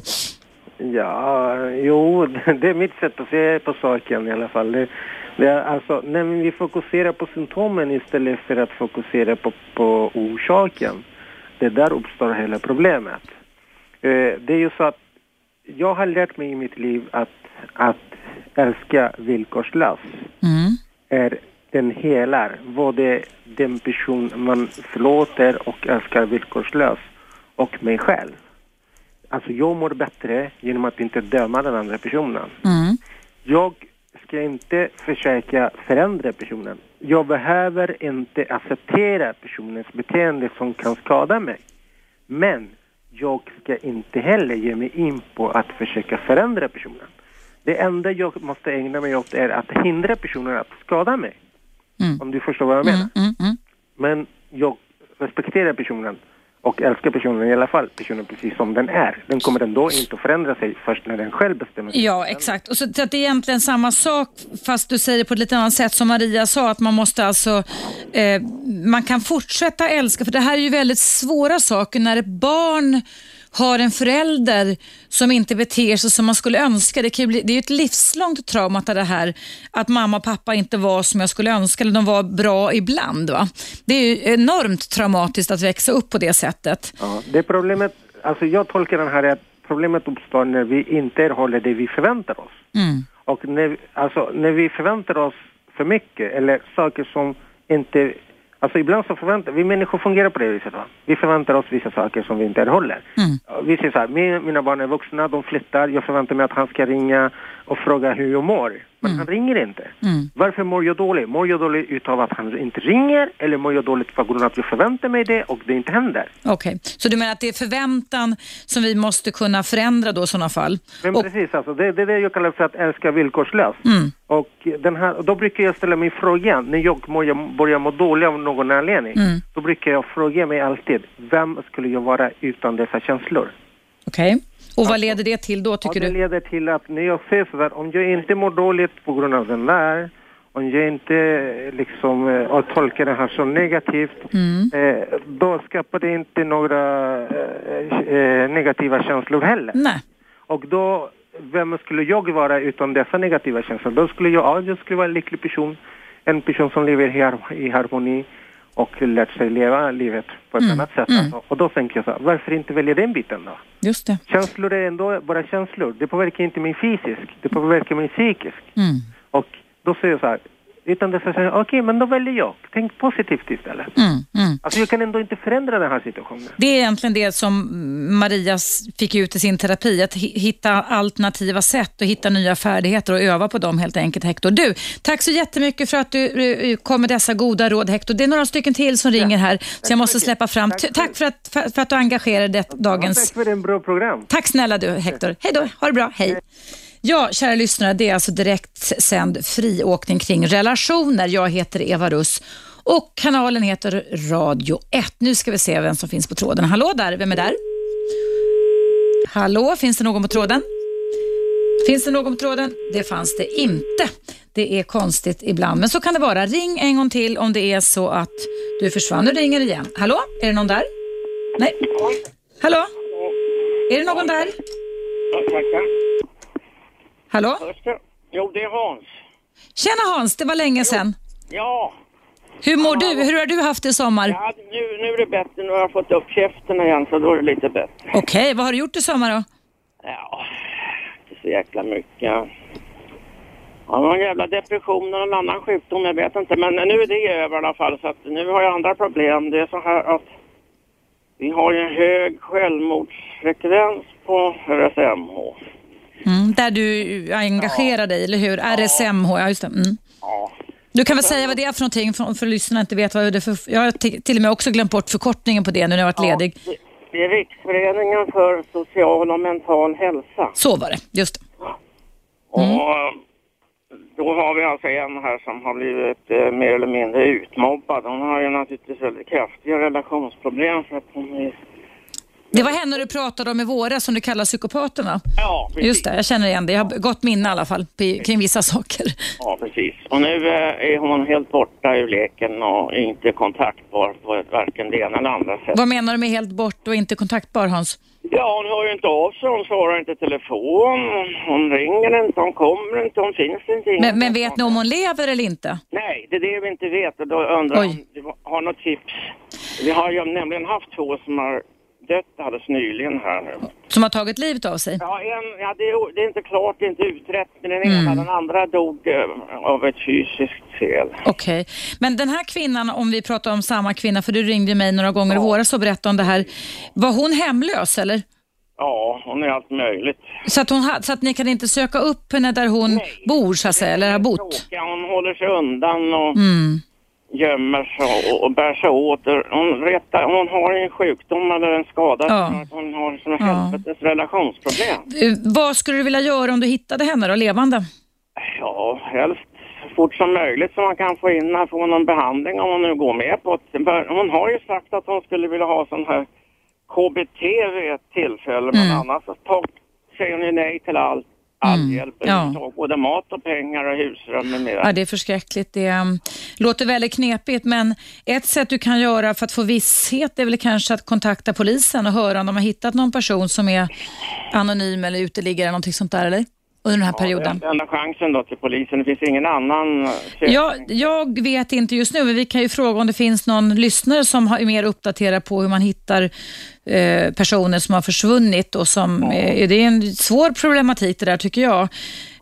Ja, det är mitt sätt att se på saken i alla fall. Det är alltså, när vi fokuserar på symptomen istället för att fokusera på orsaken, det där uppstår hela problemet. Det är ju så att jag har lärt mig i mitt liv att älska villkorslöst är den helar både den person man förlåter och älskar villkorslöst och mig själv. Alltså jag mår bättre genom att inte döma den andra personen. Jag ska inte försöka förändra personen. Jag behöver inte acceptera personens beteende som kan skada mig. Men jag ska inte heller ge mig in på att försöka förändra personen. Det enda jag måste ägna mig åt är att hindra personen att skada mig. Om du förstår vad jag menar. Men jag respekterar personen och älskar personen i alla fall. Personen precis som den är. Den kommer ändå inte att förändra sig först när den själv bestämmer sig. Ja, exakt. Och så att det är egentligen samma sak, fast du säger det på ett lite annat sätt som Maria sa, att man måste alltså man kan fortsätta älska, för det här är ju väldigt svåra saker när ett barn har en förälder som inte beter sig som man skulle önska. Det är ju ett livslångt trauma att det här, att mamma och pappa inte var som jag skulle önska, eller de var bra ibland, va? Det är ju enormt traumatiskt att växa upp på det sättet. Ja, det är problemet, alltså jag tolkar den här att problemet uppstår när vi inte erhåller det vi förväntar oss. Och när vi förväntar oss för mycket eller saker som inte Alltså ibland så vi människor fungerar på det viset, va? Vi förväntar oss vissa saker som vi inte erhåller. Vi säger så här, mina barn är vuxna, de flyttar, jag förväntar mig att han ska ringa och fråga hur jag mår. Men han ringer inte. Varför mår jag dåligt? Mår jag dåligt utav att han inte ringer, eller mår jag dåligt på grund av att jag förväntar mig det och det inte händer? Okej. Så du menar att det är förväntan som vi måste kunna förändra då i sådana fall? Men precis, alltså, det är det jag kallar för att älska villkorslöst. Och då brukar jag ställa mig frågan, när jag börjar må dålig av någon anledning, då brukar jag fråga mig alltid, vem skulle jag vara utan dessa känslor? Okej. Och vad leder det till då, tycker du? Det leder till att när jag ser sådär, om jag inte mår dåligt på grund av den där, om jag inte liksom tolkar det här så negativt, då skapar det inte några negativa känslor heller. Nej. Och då, vem skulle jag vara utan dessa negativa känslor? Då skulle jag skulle vara en lycklig person, en person som lever i harmoni och lärt sig leva livet på ett annat sätt. Alltså. Och då tänker jag så här, varför inte välja den biten då? Just det. Känslor är ändå bara känslor. Det påverkar inte min fysisk, det påverkar min psykisk. Och då säger jag så här, utan det så säger jag, okej, men då väljer jag. Tänk positivt istället. Alltså jag kan ändå inte förändra den här situationen. Det är egentligen det som Maria fick ut i sin terapi, att hitta alternativa sätt och hitta nya färdigheter och öva på dem helt enkelt, Hector. Du, tack så jättemycket för att du kom med dessa goda råd, Hector. Det är några stycken till som ringer här, så jag måste släppa fram. Tack för att du engagerade dagens... Tack för en bra program. Tack snälla du, Hector. Hej då, ha det bra, hej. Ja, kära lyssnare, det är alltså direkt sänd friåkning kring relationer. Jag heter Eva Russ och kanalen heter Radio 1. Nu ska vi se vem som finns på tråden. Hallå där, vem är där? Hallå, finns det någon på tråden? Finns det någon på tråden? Det fanns det inte. Det är konstigt ibland, men så kan det vara. Ring en gång till om det är så att du försvann och ringer igen. Hallå, är det någon där? Nej. Hallå? Är det någon där? Hallå? Jo, det är Hans. Tjena Hans, det var länge sedan. Ja. Hur mår du? Hur har du haft det i sommar? Ja, nu är det bättre. Nu har jag fått upp käften igen, så då är det lite bättre. Okej, vad har du gjort i sommar då? Ja, inte så jäkla mycket. Ja, någon jävla depression och en annan sjukdom, jag vet inte. Men nu är det över i alla fall, så att nu har jag andra problem. Det är så här att vi har en hög självmordsfrekvens på RSMH. Där du engagerar dig, eller hur? RSMH, ja just det. Ja. Du kan väl säga vad det är för någonting för lyssnarna inte vet vad det är för... Jag har till och med också glömt bort förkortningen på det nu när jag har varit ledig. Det är Riksföreningen för social och mental hälsa. Så var det, just det. Och då har vi alltså en här som har blivit mer eller mindre utmobbad. Hon har ju naturligtvis väldigt kraftiga relationsproblem för att hon är... Det var henne du pratade om i våras som du kallar psykopaterna. Ja, precis. Just det, jag känner igen det. Jag har gott minne i alla fall kring vissa saker. Ja, precis. Och nu är hon helt borta ur leken och inte kontaktbar på varken det ena eller andra sätt. Vad menar du med helt bort och inte kontaktbar, Hans? Ja, hon hör ju inte av sig, hon svarar inte telefon, hon ringer inte, hon kommer inte, hon finns inte. Men vet ni om hon lever eller inte? Nej, det är det vi inte vet, och då undrar jag om du har något tips. Vi har ju nämligen haft 2 som har dött alldeles nyligen här nu. Som har tagit livet av sig? Ja, det är inte klart, det är inte utrett med den ena. Den andra dog av ett fysiskt fel. Okej. Men den här kvinnan, om vi pratar om samma kvinna, för du ringde mig några gånger i våras och berättade om det här. Var hon hemlös eller? Ja, hon är allt möjligt. Så att ni kan inte söka upp henne där hon bor så att säga, eller har bott? Hon håller sig undan och... gömmer sig och bär sig åt. Hon har en sjukdom eller en skada. Hon har såna helvetes relationsproblem. Vad skulle du vilja göra om du hittade henne då, levande? Ja, helst fort som möjligt så man kan få någon behandling om hon nu går med på det. Hon har ju sagt att hon skulle vilja ha sån här KBT vid ett tillfälle, men annars så säger hon ju nej till allt. All hjälp, både mat och pengar och husrum med mera. Ja, det är förskräckligt. Det låter väldigt knepigt, men ett sätt du kan göra för att få visshet är väl kanske att kontakta polisen och höra om de har hittat någon person som är anonym eller uteliggare eller någonting sånt där, eller? Under den här perioden. Det är enda chansen då till polisen. Det finns ingen annan... Jag vet inte just nu, men vi kan ju fråga om det finns någon lyssnare som är mer uppdaterad på hur man hittar personer som har försvunnit och som... Det är en svår problematik det där, tycker jag.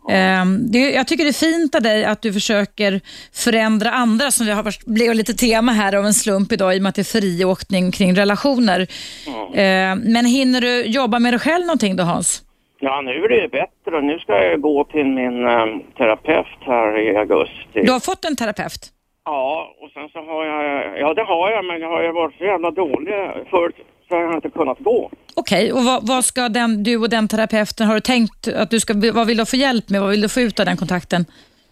Jag tycker det är fint av dig att du försöker förändra andra, som det har blivit lite tema här av en slump idag i och med att det är friåkning kring relationer. Men hinner du jobba med dig själv någonting då, Hans? Ja, nu är det bättre. Nu ska jag gå till min terapeut här i augusti. Du har fått en terapeut? Ja, och sen så har jag... Ja, det har jag, men jag har ju varit så jävla dålig förut så jag har inte kunnat gå. Okej, och vad ska du och den terapeuten, har du tänkt att du ska... Vad vill du få hjälp med? Vad vill du få ut av den kontakten?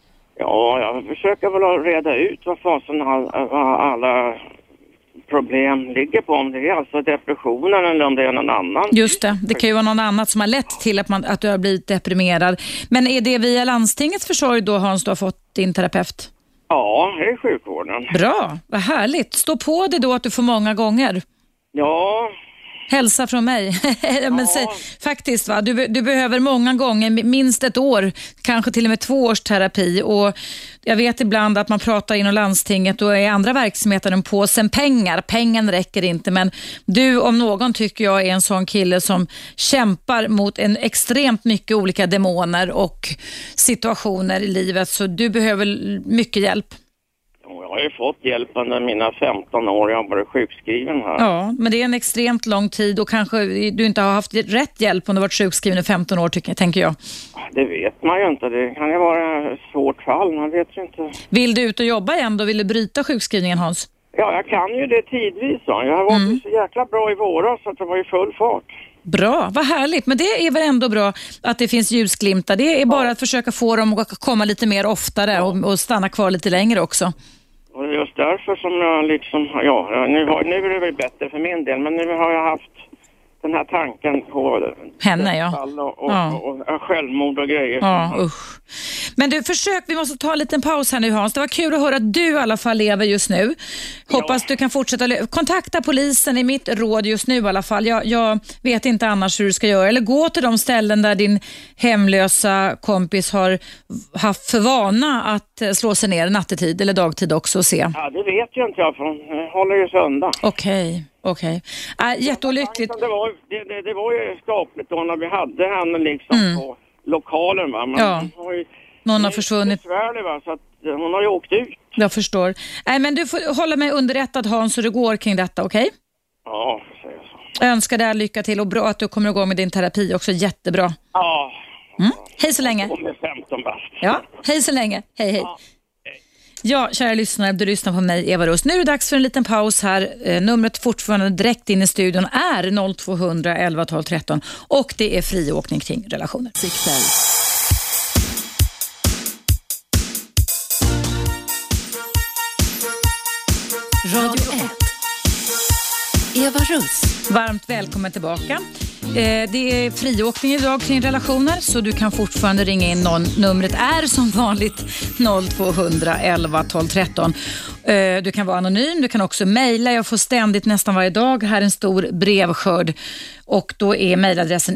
Ja, jag försöker väl reda ut vad fasen alla problem ligger på, om det är alltså depressionen eller om det är någon annan. Just det kan ju vara någon annat som har lett till att du har blivit deprimerad. Men är det via landstingets försorg då, Hans, du har fått din terapeut? Ja, det är sjukvården. Bra, vad härligt. Stå på dig då att du får många gånger. Ja. Hälsa från mig. Men faktiskt va, du behöver många gånger, minst ett år, kanske till och med 2 års terapi. Och jag vet ibland att man pratar inom landstinget och i andra verksamheter om påsen pengar. Pengen räcker inte, men du om någon tycker jag är en sån kille som kämpar mot en extremt mycket olika demoner och situationer i livet. Så du behöver mycket hjälp. Jag har ju fått hjälp under mina 15 år. Jag har varit sjukskriven här. Ja, men det är en extremt lång tid och kanske du inte har haft rätt hjälp om du har varit sjukskriven i 15 år, tänker jag. Det vet man ju inte. Det kan ju vara ett svårt fall. Man vet ju inte. Vill du ut och jobba igen då? Vill du bryta sjukskrivningen, Hans? Ja, jag kan ju det tidvis. Jag har varit så jäkla bra i våras så att det var i full fart. Bra, vad härligt. Men det är väl ändå bra att det finns ljusglimtar. Det är bara att försöka få dem att komma lite mer oftare och stanna kvar lite längre också. Och just därför som jag liksom, nu är det väl bättre för min del, men nu har jag haft den här tanken på henne, och självmord och grejer. Ja, Men du, vi måste ta en liten paus här nu, Hans. Det var kul att höra att du i alla fall lever just nu. Hoppas du kan fortsätta kontakta polisen i mitt råd just nu i alla fall. Jag vet inte annars hur du ska göra. Eller gå till de ställen där din hemlösa kompis har haft för vana att slå sig ner nattetid eller dagtid också och se. Ja, det vet jag inte jag, för hon håller ju söndag. Okej. Jätteolyckligt. Det var ju skapligt då när vi hade henne liksom på lokalen, va? Men någon har försvunnit. Besvärlig, va? Så att hon har ju åkt ut. Jag förstår. Men du får hålla mig underrättad, Hans, så det går kring detta, okej? Ja, säger jag så. Jag önskar dig lycka till och bra att du kommer igång med din terapi också. Jättebra. Ja. Hej så länge. Hon är 15 bast. Ja, hej så länge. Hej. Ja. Ja, kära lyssnare, du lyssnar på mig, Eva Rust. Nu är det dags för en liten paus här. Numret fortfarande direkt in i studion är 0200 11 12 13 och det är friåkning kring relationer. Radio 1. Eva Rust. Varmt välkommen tillbaka. Det är friåkning idag kring relationer, så du kan fortfarande ringa in numret är som vanligt 0200 11 12 13. Du kan vara anonym, du kan också mejla. Jag får ständigt nästan varje dag här en stor brevskörd och då är mejladressen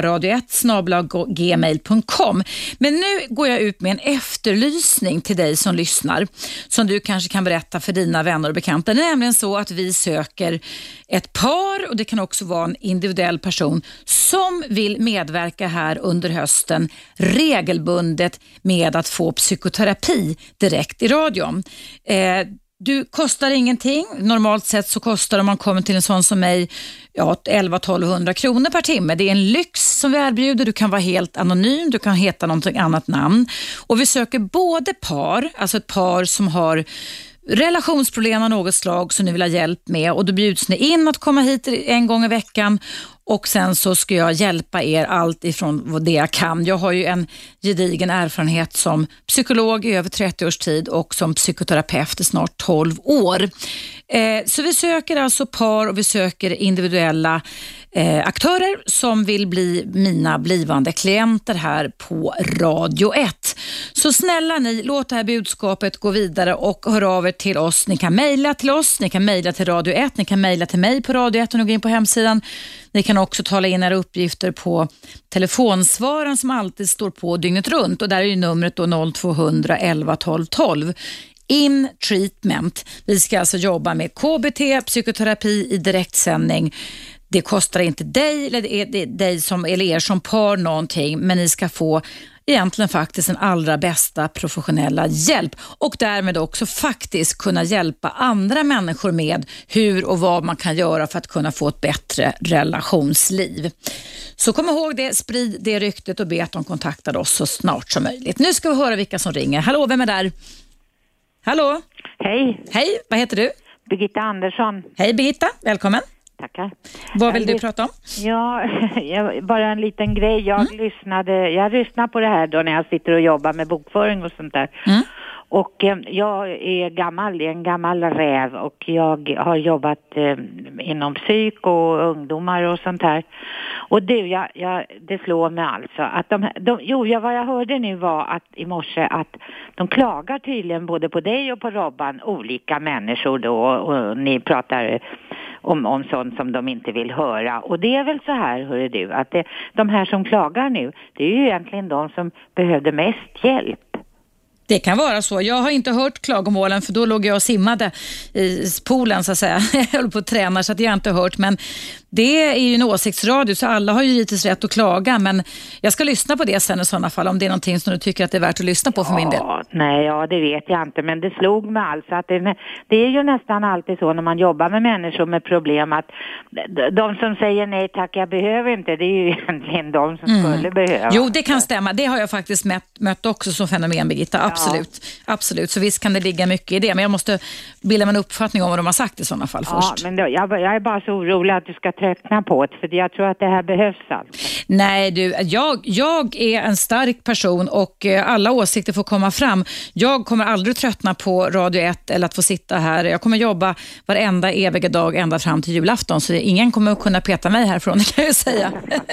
evaradio1@gmail.com. Men nu går jag ut med en efterlysning till dig som lyssnar, som du kanske kan berätta för dina vänner och bekanta. Det är nämligen så att vi söker ett par, och det kan också vara en individuell person som vill medverka här under hösten regelbundet med att få psykoterapi direkt i radion. Du kostar ingenting. Normalt sett så kostar, om man kommer till en sån som mig, 1100-1200 kronor per timme. Det är en lyx som vi erbjuder. Du kan vara helt anonym, du kan heta någonting annat namn. Och vi söker både par, alltså ett par som har relationsproblem av något slag som ni vill ha hjälp med, och då bjuds ni in att komma hit en gång i veckan, och sen så ska jag hjälpa er allt ifrån det jag kan. Jag har ju en gedigen erfarenhet som psykolog i över 30 års tid och som psykoterapeut i snart 12 år. Så vi söker alltså par och vi söker individuella aktörer som vill bli mina blivande klienter här på Radio 1. Så snälla ni, låt det här budskapet gå vidare och hör av er till oss. Ni kan mejla till oss, ni kan mejla till Radio 1, ni kan mejla till mig på Radio 1 och gå in på hemsidan. Ni kan också tala in era uppgifter på telefonsvararen som alltid står på dygnet runt, och där är ju numret då 0200 11 12 12. In treatment. Vi ska alltså jobba med KBT, psykoterapi i direktsändning. Det kostar inte dig eller er som par någonting, men ni ska få egentligen faktiskt den allra bästa professionella hjälp och därmed också faktiskt kunna hjälpa andra människor med hur och vad man kan göra för att kunna få ett bättre relationsliv. Så kom ihåg det, sprid det ryktet och be att de kontaktar oss så snart som möjligt. Nu ska vi höra vilka som ringer. Hallå, vem är där? Hallå? Hej. Hej, vad heter du? Birgitta Andersson. Hej Birgitta, välkommen. Tackar. Vad vill du prata om? Ja, bara en liten grej. Jag lyssnar på det här då när jag sitter och jobbar med bokföring och sånt där. Och jag är en gammal räv och jag har jobbat inom psyk och ungdomar och sånt här. Och det slår mig alltså att vad jag hörde nu var att i morse att de klagar tydligen både på dig och på Robban, olika människor då, och ni pratar om sånt som de inte vill höra. Och det är väl så här, hörru du, att de här som klagar nu, det är ju egentligen de som behövde mest hjälp. Det kan vara så. Jag har inte hört klagomålen för då låg jag och simmade i poolen så att säga. Jag höll på att träna så att jag inte hört. Men det är ju en åsiktsradio så alla har ju givetvis rätt att klaga. Men jag ska lyssna på det sen i sådana fall om det är någonting som du tycker att det är värt att lyssna på för min del. Nej, det vet jag inte. Men det slog mig alltså att det är ju nästan alltid så när man jobbar med människor med problem att de som säger nej tack jag behöver inte, det är ju egentligen de som skulle behöva. Jo, det kan stämma. Det har jag faktiskt mött också som fenomen, Birgitta. Absolut. Så visst kan det ligga mycket i det. Men jag måste bilda mig en uppfattning om vad de har sagt i sådana fall först. Men jag är bara så orolig att du ska tröttna på det. För jag tror att det här behövs alltså. Nej du, jag är en stark person och alla åsikter får komma fram. Jag kommer aldrig tröttna på Radio 1 eller att få sitta här. Jag kommer jobba varenda eviga dag ända fram till julafton. Så ingen kommer att kunna peta mig härifrån, kan jag säga.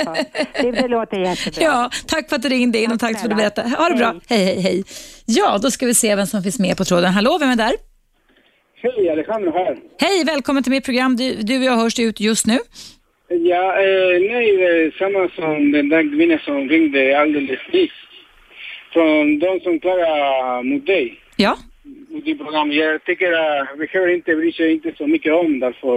Det låter jättebra. Ja, tack för att du ringde in och tack för att du berättade. Ha det bra. Hej. Ja, då ska vi se vem som finns med på tråden. Hallå, vem är där? Hej, Alejandro här. Hej, välkommen till mitt program. Du och jag hörs ut just nu. Ja, nej, samma som den där kvinnan som ringde alldeles nyss. Från de som klarar mot dig. Ja. Mot ditt program. Jag tycker att vi behöver inte bry sig inte så mycket om därför.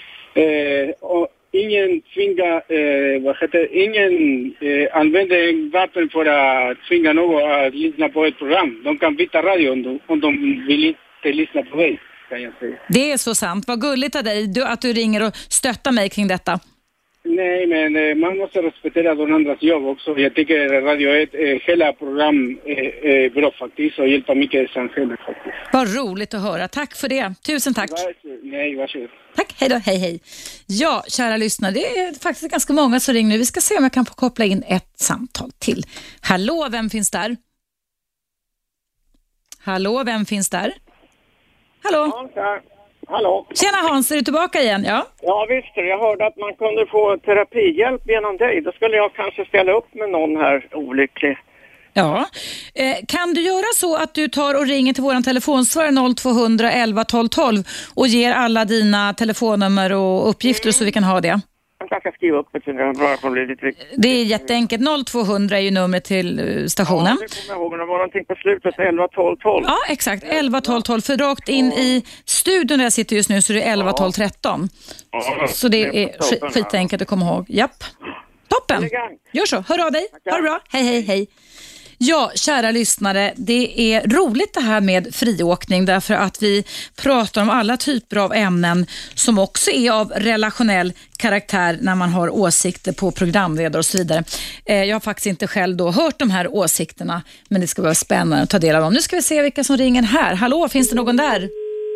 Och ingen tvingar, ingen använder vapen för att tvinga någon att lyssna på ett program. De kan byta radio om de vill inte lyssna på dig, kan jag säga. Det är så sant. Vad gulligt av dig att du ringer och stöttar mig kring detta. Nej, men man måste respektera de andras jobb också. Jag tycker Radio 1, hela program är bra faktiskt och hjälper mycket i samhället faktiskt. Vad roligt att höra. Tack för det. Tusen tack. Varsågod. Tack, hej då. Hej. Ja, kära lyssnare, det är faktiskt ganska många som ringer nu. Vi ska se om jag kan få koppla in ett samtal till. Hallå, vem finns där? Hallå, vem finns där? Hallå? Hallå. Tjena Hans, är du tillbaka igen? Ja visst, jag hörde att man kunde få terapihjälp genom dig. Då skulle jag kanske ställa upp med någon här olycklig. Ja, kan du göra så att du tar och ringer till våran telefonsvarare 0200 11 12 12 och ger alla dina telefonnummer och uppgifter så vi kan ha det? Jag ska skriva upp det. Det är jätteenkelt. 0200 är ju numret till stationen. Ja, det kommer jag ihåg. Det var någonting på slutet. 11 12 12. Ja, exakt. 11 12 12. För rakt in i studion där jag sitter just nu så är det 11 12 13. Så det är skitenkelt att komma ihåg. Japp. Toppen. Gör så. Hör av dig. Ha det bra. Hej. Ja, kära lyssnare, det är roligt det här med friåkning därför att vi pratar om alla typer av ämnen som också är av relationell karaktär när man har åsikter på programledare och så vidare. Jag har faktiskt inte själv då hört de här åsikterna, men det ska vara spännande att ta del av dem. Nu ska vi se vilka som ringer här. Hallå, finns det någon där?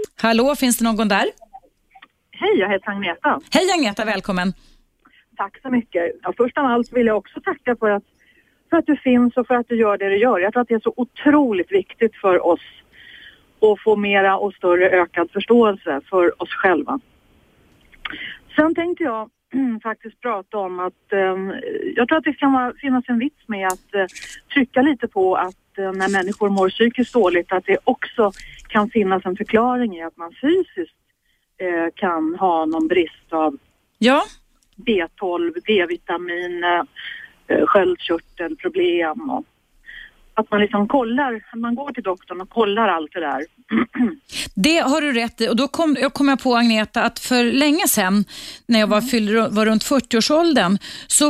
Hej, jag heter Agneta. Hej Agneta, välkommen. Tack så mycket. Ja, först av allt vill jag också tacka för att du finns och för att du gör det du gör. Jag tror att det är så otroligt viktigt för oss att få mera och större ökad förståelse för oss själva. Sen tänkte jag faktiskt prata om att jag tror att det kan finnas en vits med att trycka lite på att när människor mår psykiskt dåligt att det också kan finnas en förklaring i att man fysiskt kan ha någon brist av B12, D-vitamin, sköldkörtelproblem och att man liksom man går till doktorn och kollar allt det där. Det har du rätt i och då kom jag på Agneta att för länge sedan när jag var runt 40-årsåldern så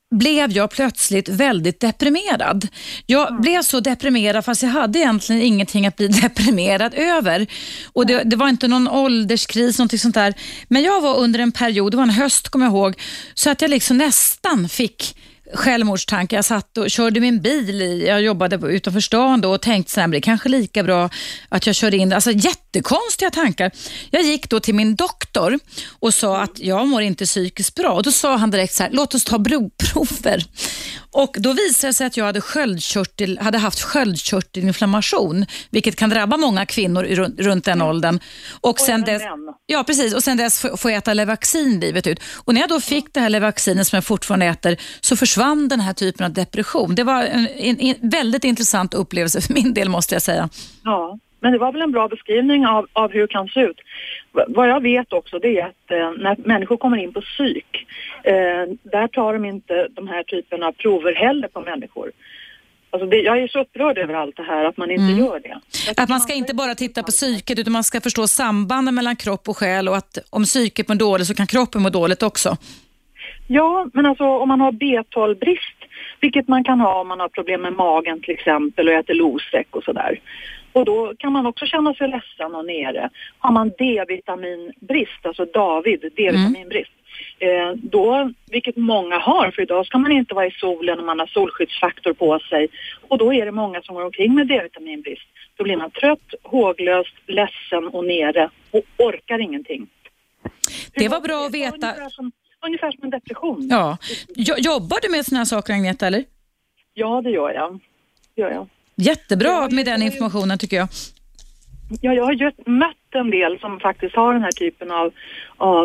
blev jag plötsligt väldigt deprimerad. Jag blev så deprimerad fast jag hade egentligen ingenting att bli deprimerad över. Och det var inte någon ålderskris, någonting sånt där. Men jag var under en period, det var en höst kommer jag ihåg, så att jag liksom nästan fick självmordstankar. Jag satt och körde min bil, jag jobbade utanför stan då och tänkte så här, det är kanske lika bra att jag kör in, alltså jättekonstiga tankar. Jag gick då till min doktor och sa att jag mår inte psykiskt bra, och då sa han direkt så här, låt oss ta blodprover. Och då visade det sig att jag hade haft sköldkörtelinflammation, vilket kan drabba många kvinnor runt den åldern. Och sen dess, ja precis, och sen dess får jag äta Levaxin livet ut. Och när jag då fick det här Levaxinet som jag fortfarande äter, så försvann den här typen av depression. Det var en väldigt intressant upplevelse för min del, måste jag säga. Ja, men det var väl en bra beskrivning av hur det kan se ut. Vad jag vet också, det är att när människor kommer in på psyk, där tar de inte de här typen av prover heller på människor. Alltså jag är så upprörd över allt det här, att man inte gör det. Att man ska inte bara titta på psyket, utan man ska förstå sambanden mellan kropp och själ, och att om psyket mår dåligt så kan kroppen må dåligt också. Ja, men alltså om man har B12-brist, vilket man kan ha om man har problem med magen till exempel och äter Losec och sådär. Och då kan man också känna sig ledsen och nere. Har man D-vitaminbrist, alltså D-vitaminbrist, då, vilket många har, för idag ska man inte vara i solen och man har solskyddsfaktor på sig. Och då är det många som går omkring med D-vitaminbrist. Då blir man trött, håglös, ledsen och nere och orkar ingenting. Det var bra att veta. Ungefär som en depression. Ja. Jobbar du med såna här saker, Agneta, eller? Ja, det gör jag. Jättebra med den informationen, tycker jag. Ja, jag har ju mött en del som faktiskt har den här typen av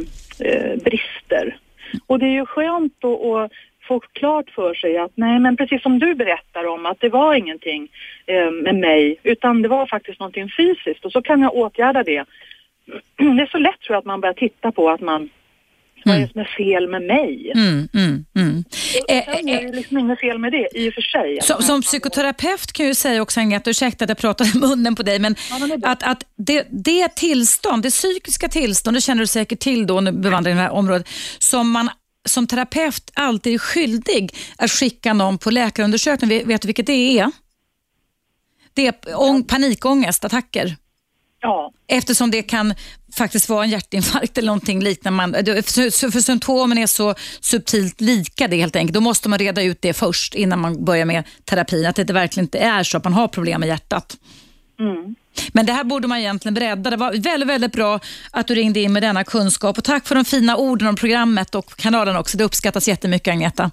brister. Och det är ju skönt att få klart för sig att nej, men precis som du berättar om, att det var ingenting med mig, utan det var faktiskt någonting fysiskt, och så kan jag åtgärda det. Det är så lätt, tror jag, att man börjar titta på att vad är det som är fel med mig? Sen är det liksom inget fel med det i och för sig. Som psykoterapeut kan jag ju säga också, Agneta, ursäkta att jag pratade munnen på dig, men att det tillstånd, det psykiska tillstånd, det känner du säkert till då när du bevandrar i det här området, som man som terapeut alltid är skyldig att skicka någon på läkarundersökning. Vet du vilket det är? Det är panikångest, attacker. Ja. Eftersom det kan faktiskt vara en hjärtinfarkt eller någonting liknande. För symptomen är så subtilt lika det helt enkelt. Då måste man reda ut det först innan man börjar med terapin. Att det verkligen inte är så att man har problem med hjärtat. Men det här borde man egentligen bredda. Det var väldigt, väldigt bra att du ringde in med denna kunskap. Och tack för de fina orden om programmet och kanalen också. Det uppskattas jättemycket, Agneta.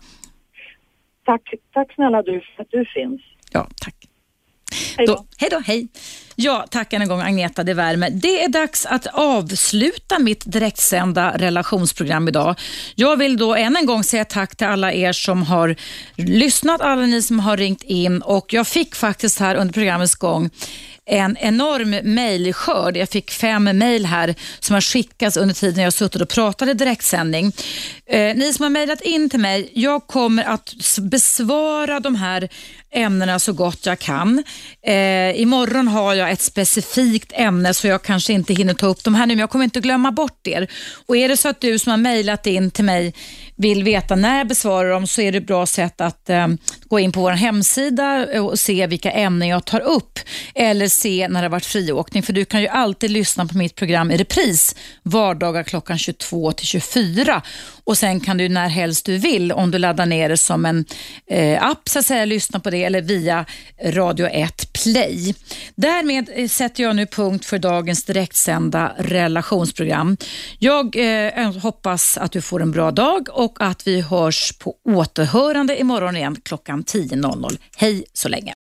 Tack snälla du för att du finns. Ja, tack. Hej då. Hej. Ja, tack en gång, Agneta, det värmer. Det är dags att avsluta mitt direktsända relationsprogram idag. Jag vill då än en gång säga tack till alla er som har lyssnat, alla ni som har ringt in, och jag fick faktiskt här under programmets gång en enorm mejlskörd. Jag fick 5 mejl här som har skickats under tiden jag suttit och pratade direktsändning. Ni som har mejlat in till mig, jag kommer att besvara de här ämnena så gott jag kan. Imorgon har jag ett specifikt ämne, så jag kanske inte hinner ta upp de här nu, men jag kommer inte glömma bort er. Och är det så att du som har mejlat in till mig vill veta när jag besvarar dem, så är det ett bra sätt att gå in på vår hemsida och se vilka ämnen jag tar upp, eller se när det har varit friåkning, för du kan ju alltid lyssna på mitt program i repris vardagar klockan 22 till 24, och sen kan du när helst du vill, om du laddar ner det som en app så att säga, lyssna på det, eller via Radio 1 Play. Därmed sätter jag nu punkt för dagens direktsända relationsprogram. Jag hoppas att du får en bra dag och att vi hörs på återhörande imorgon igen klockan 10.00. Hej så länge.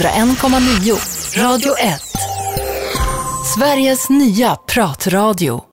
101,9 Radio 1. Sveriges nya pratradio.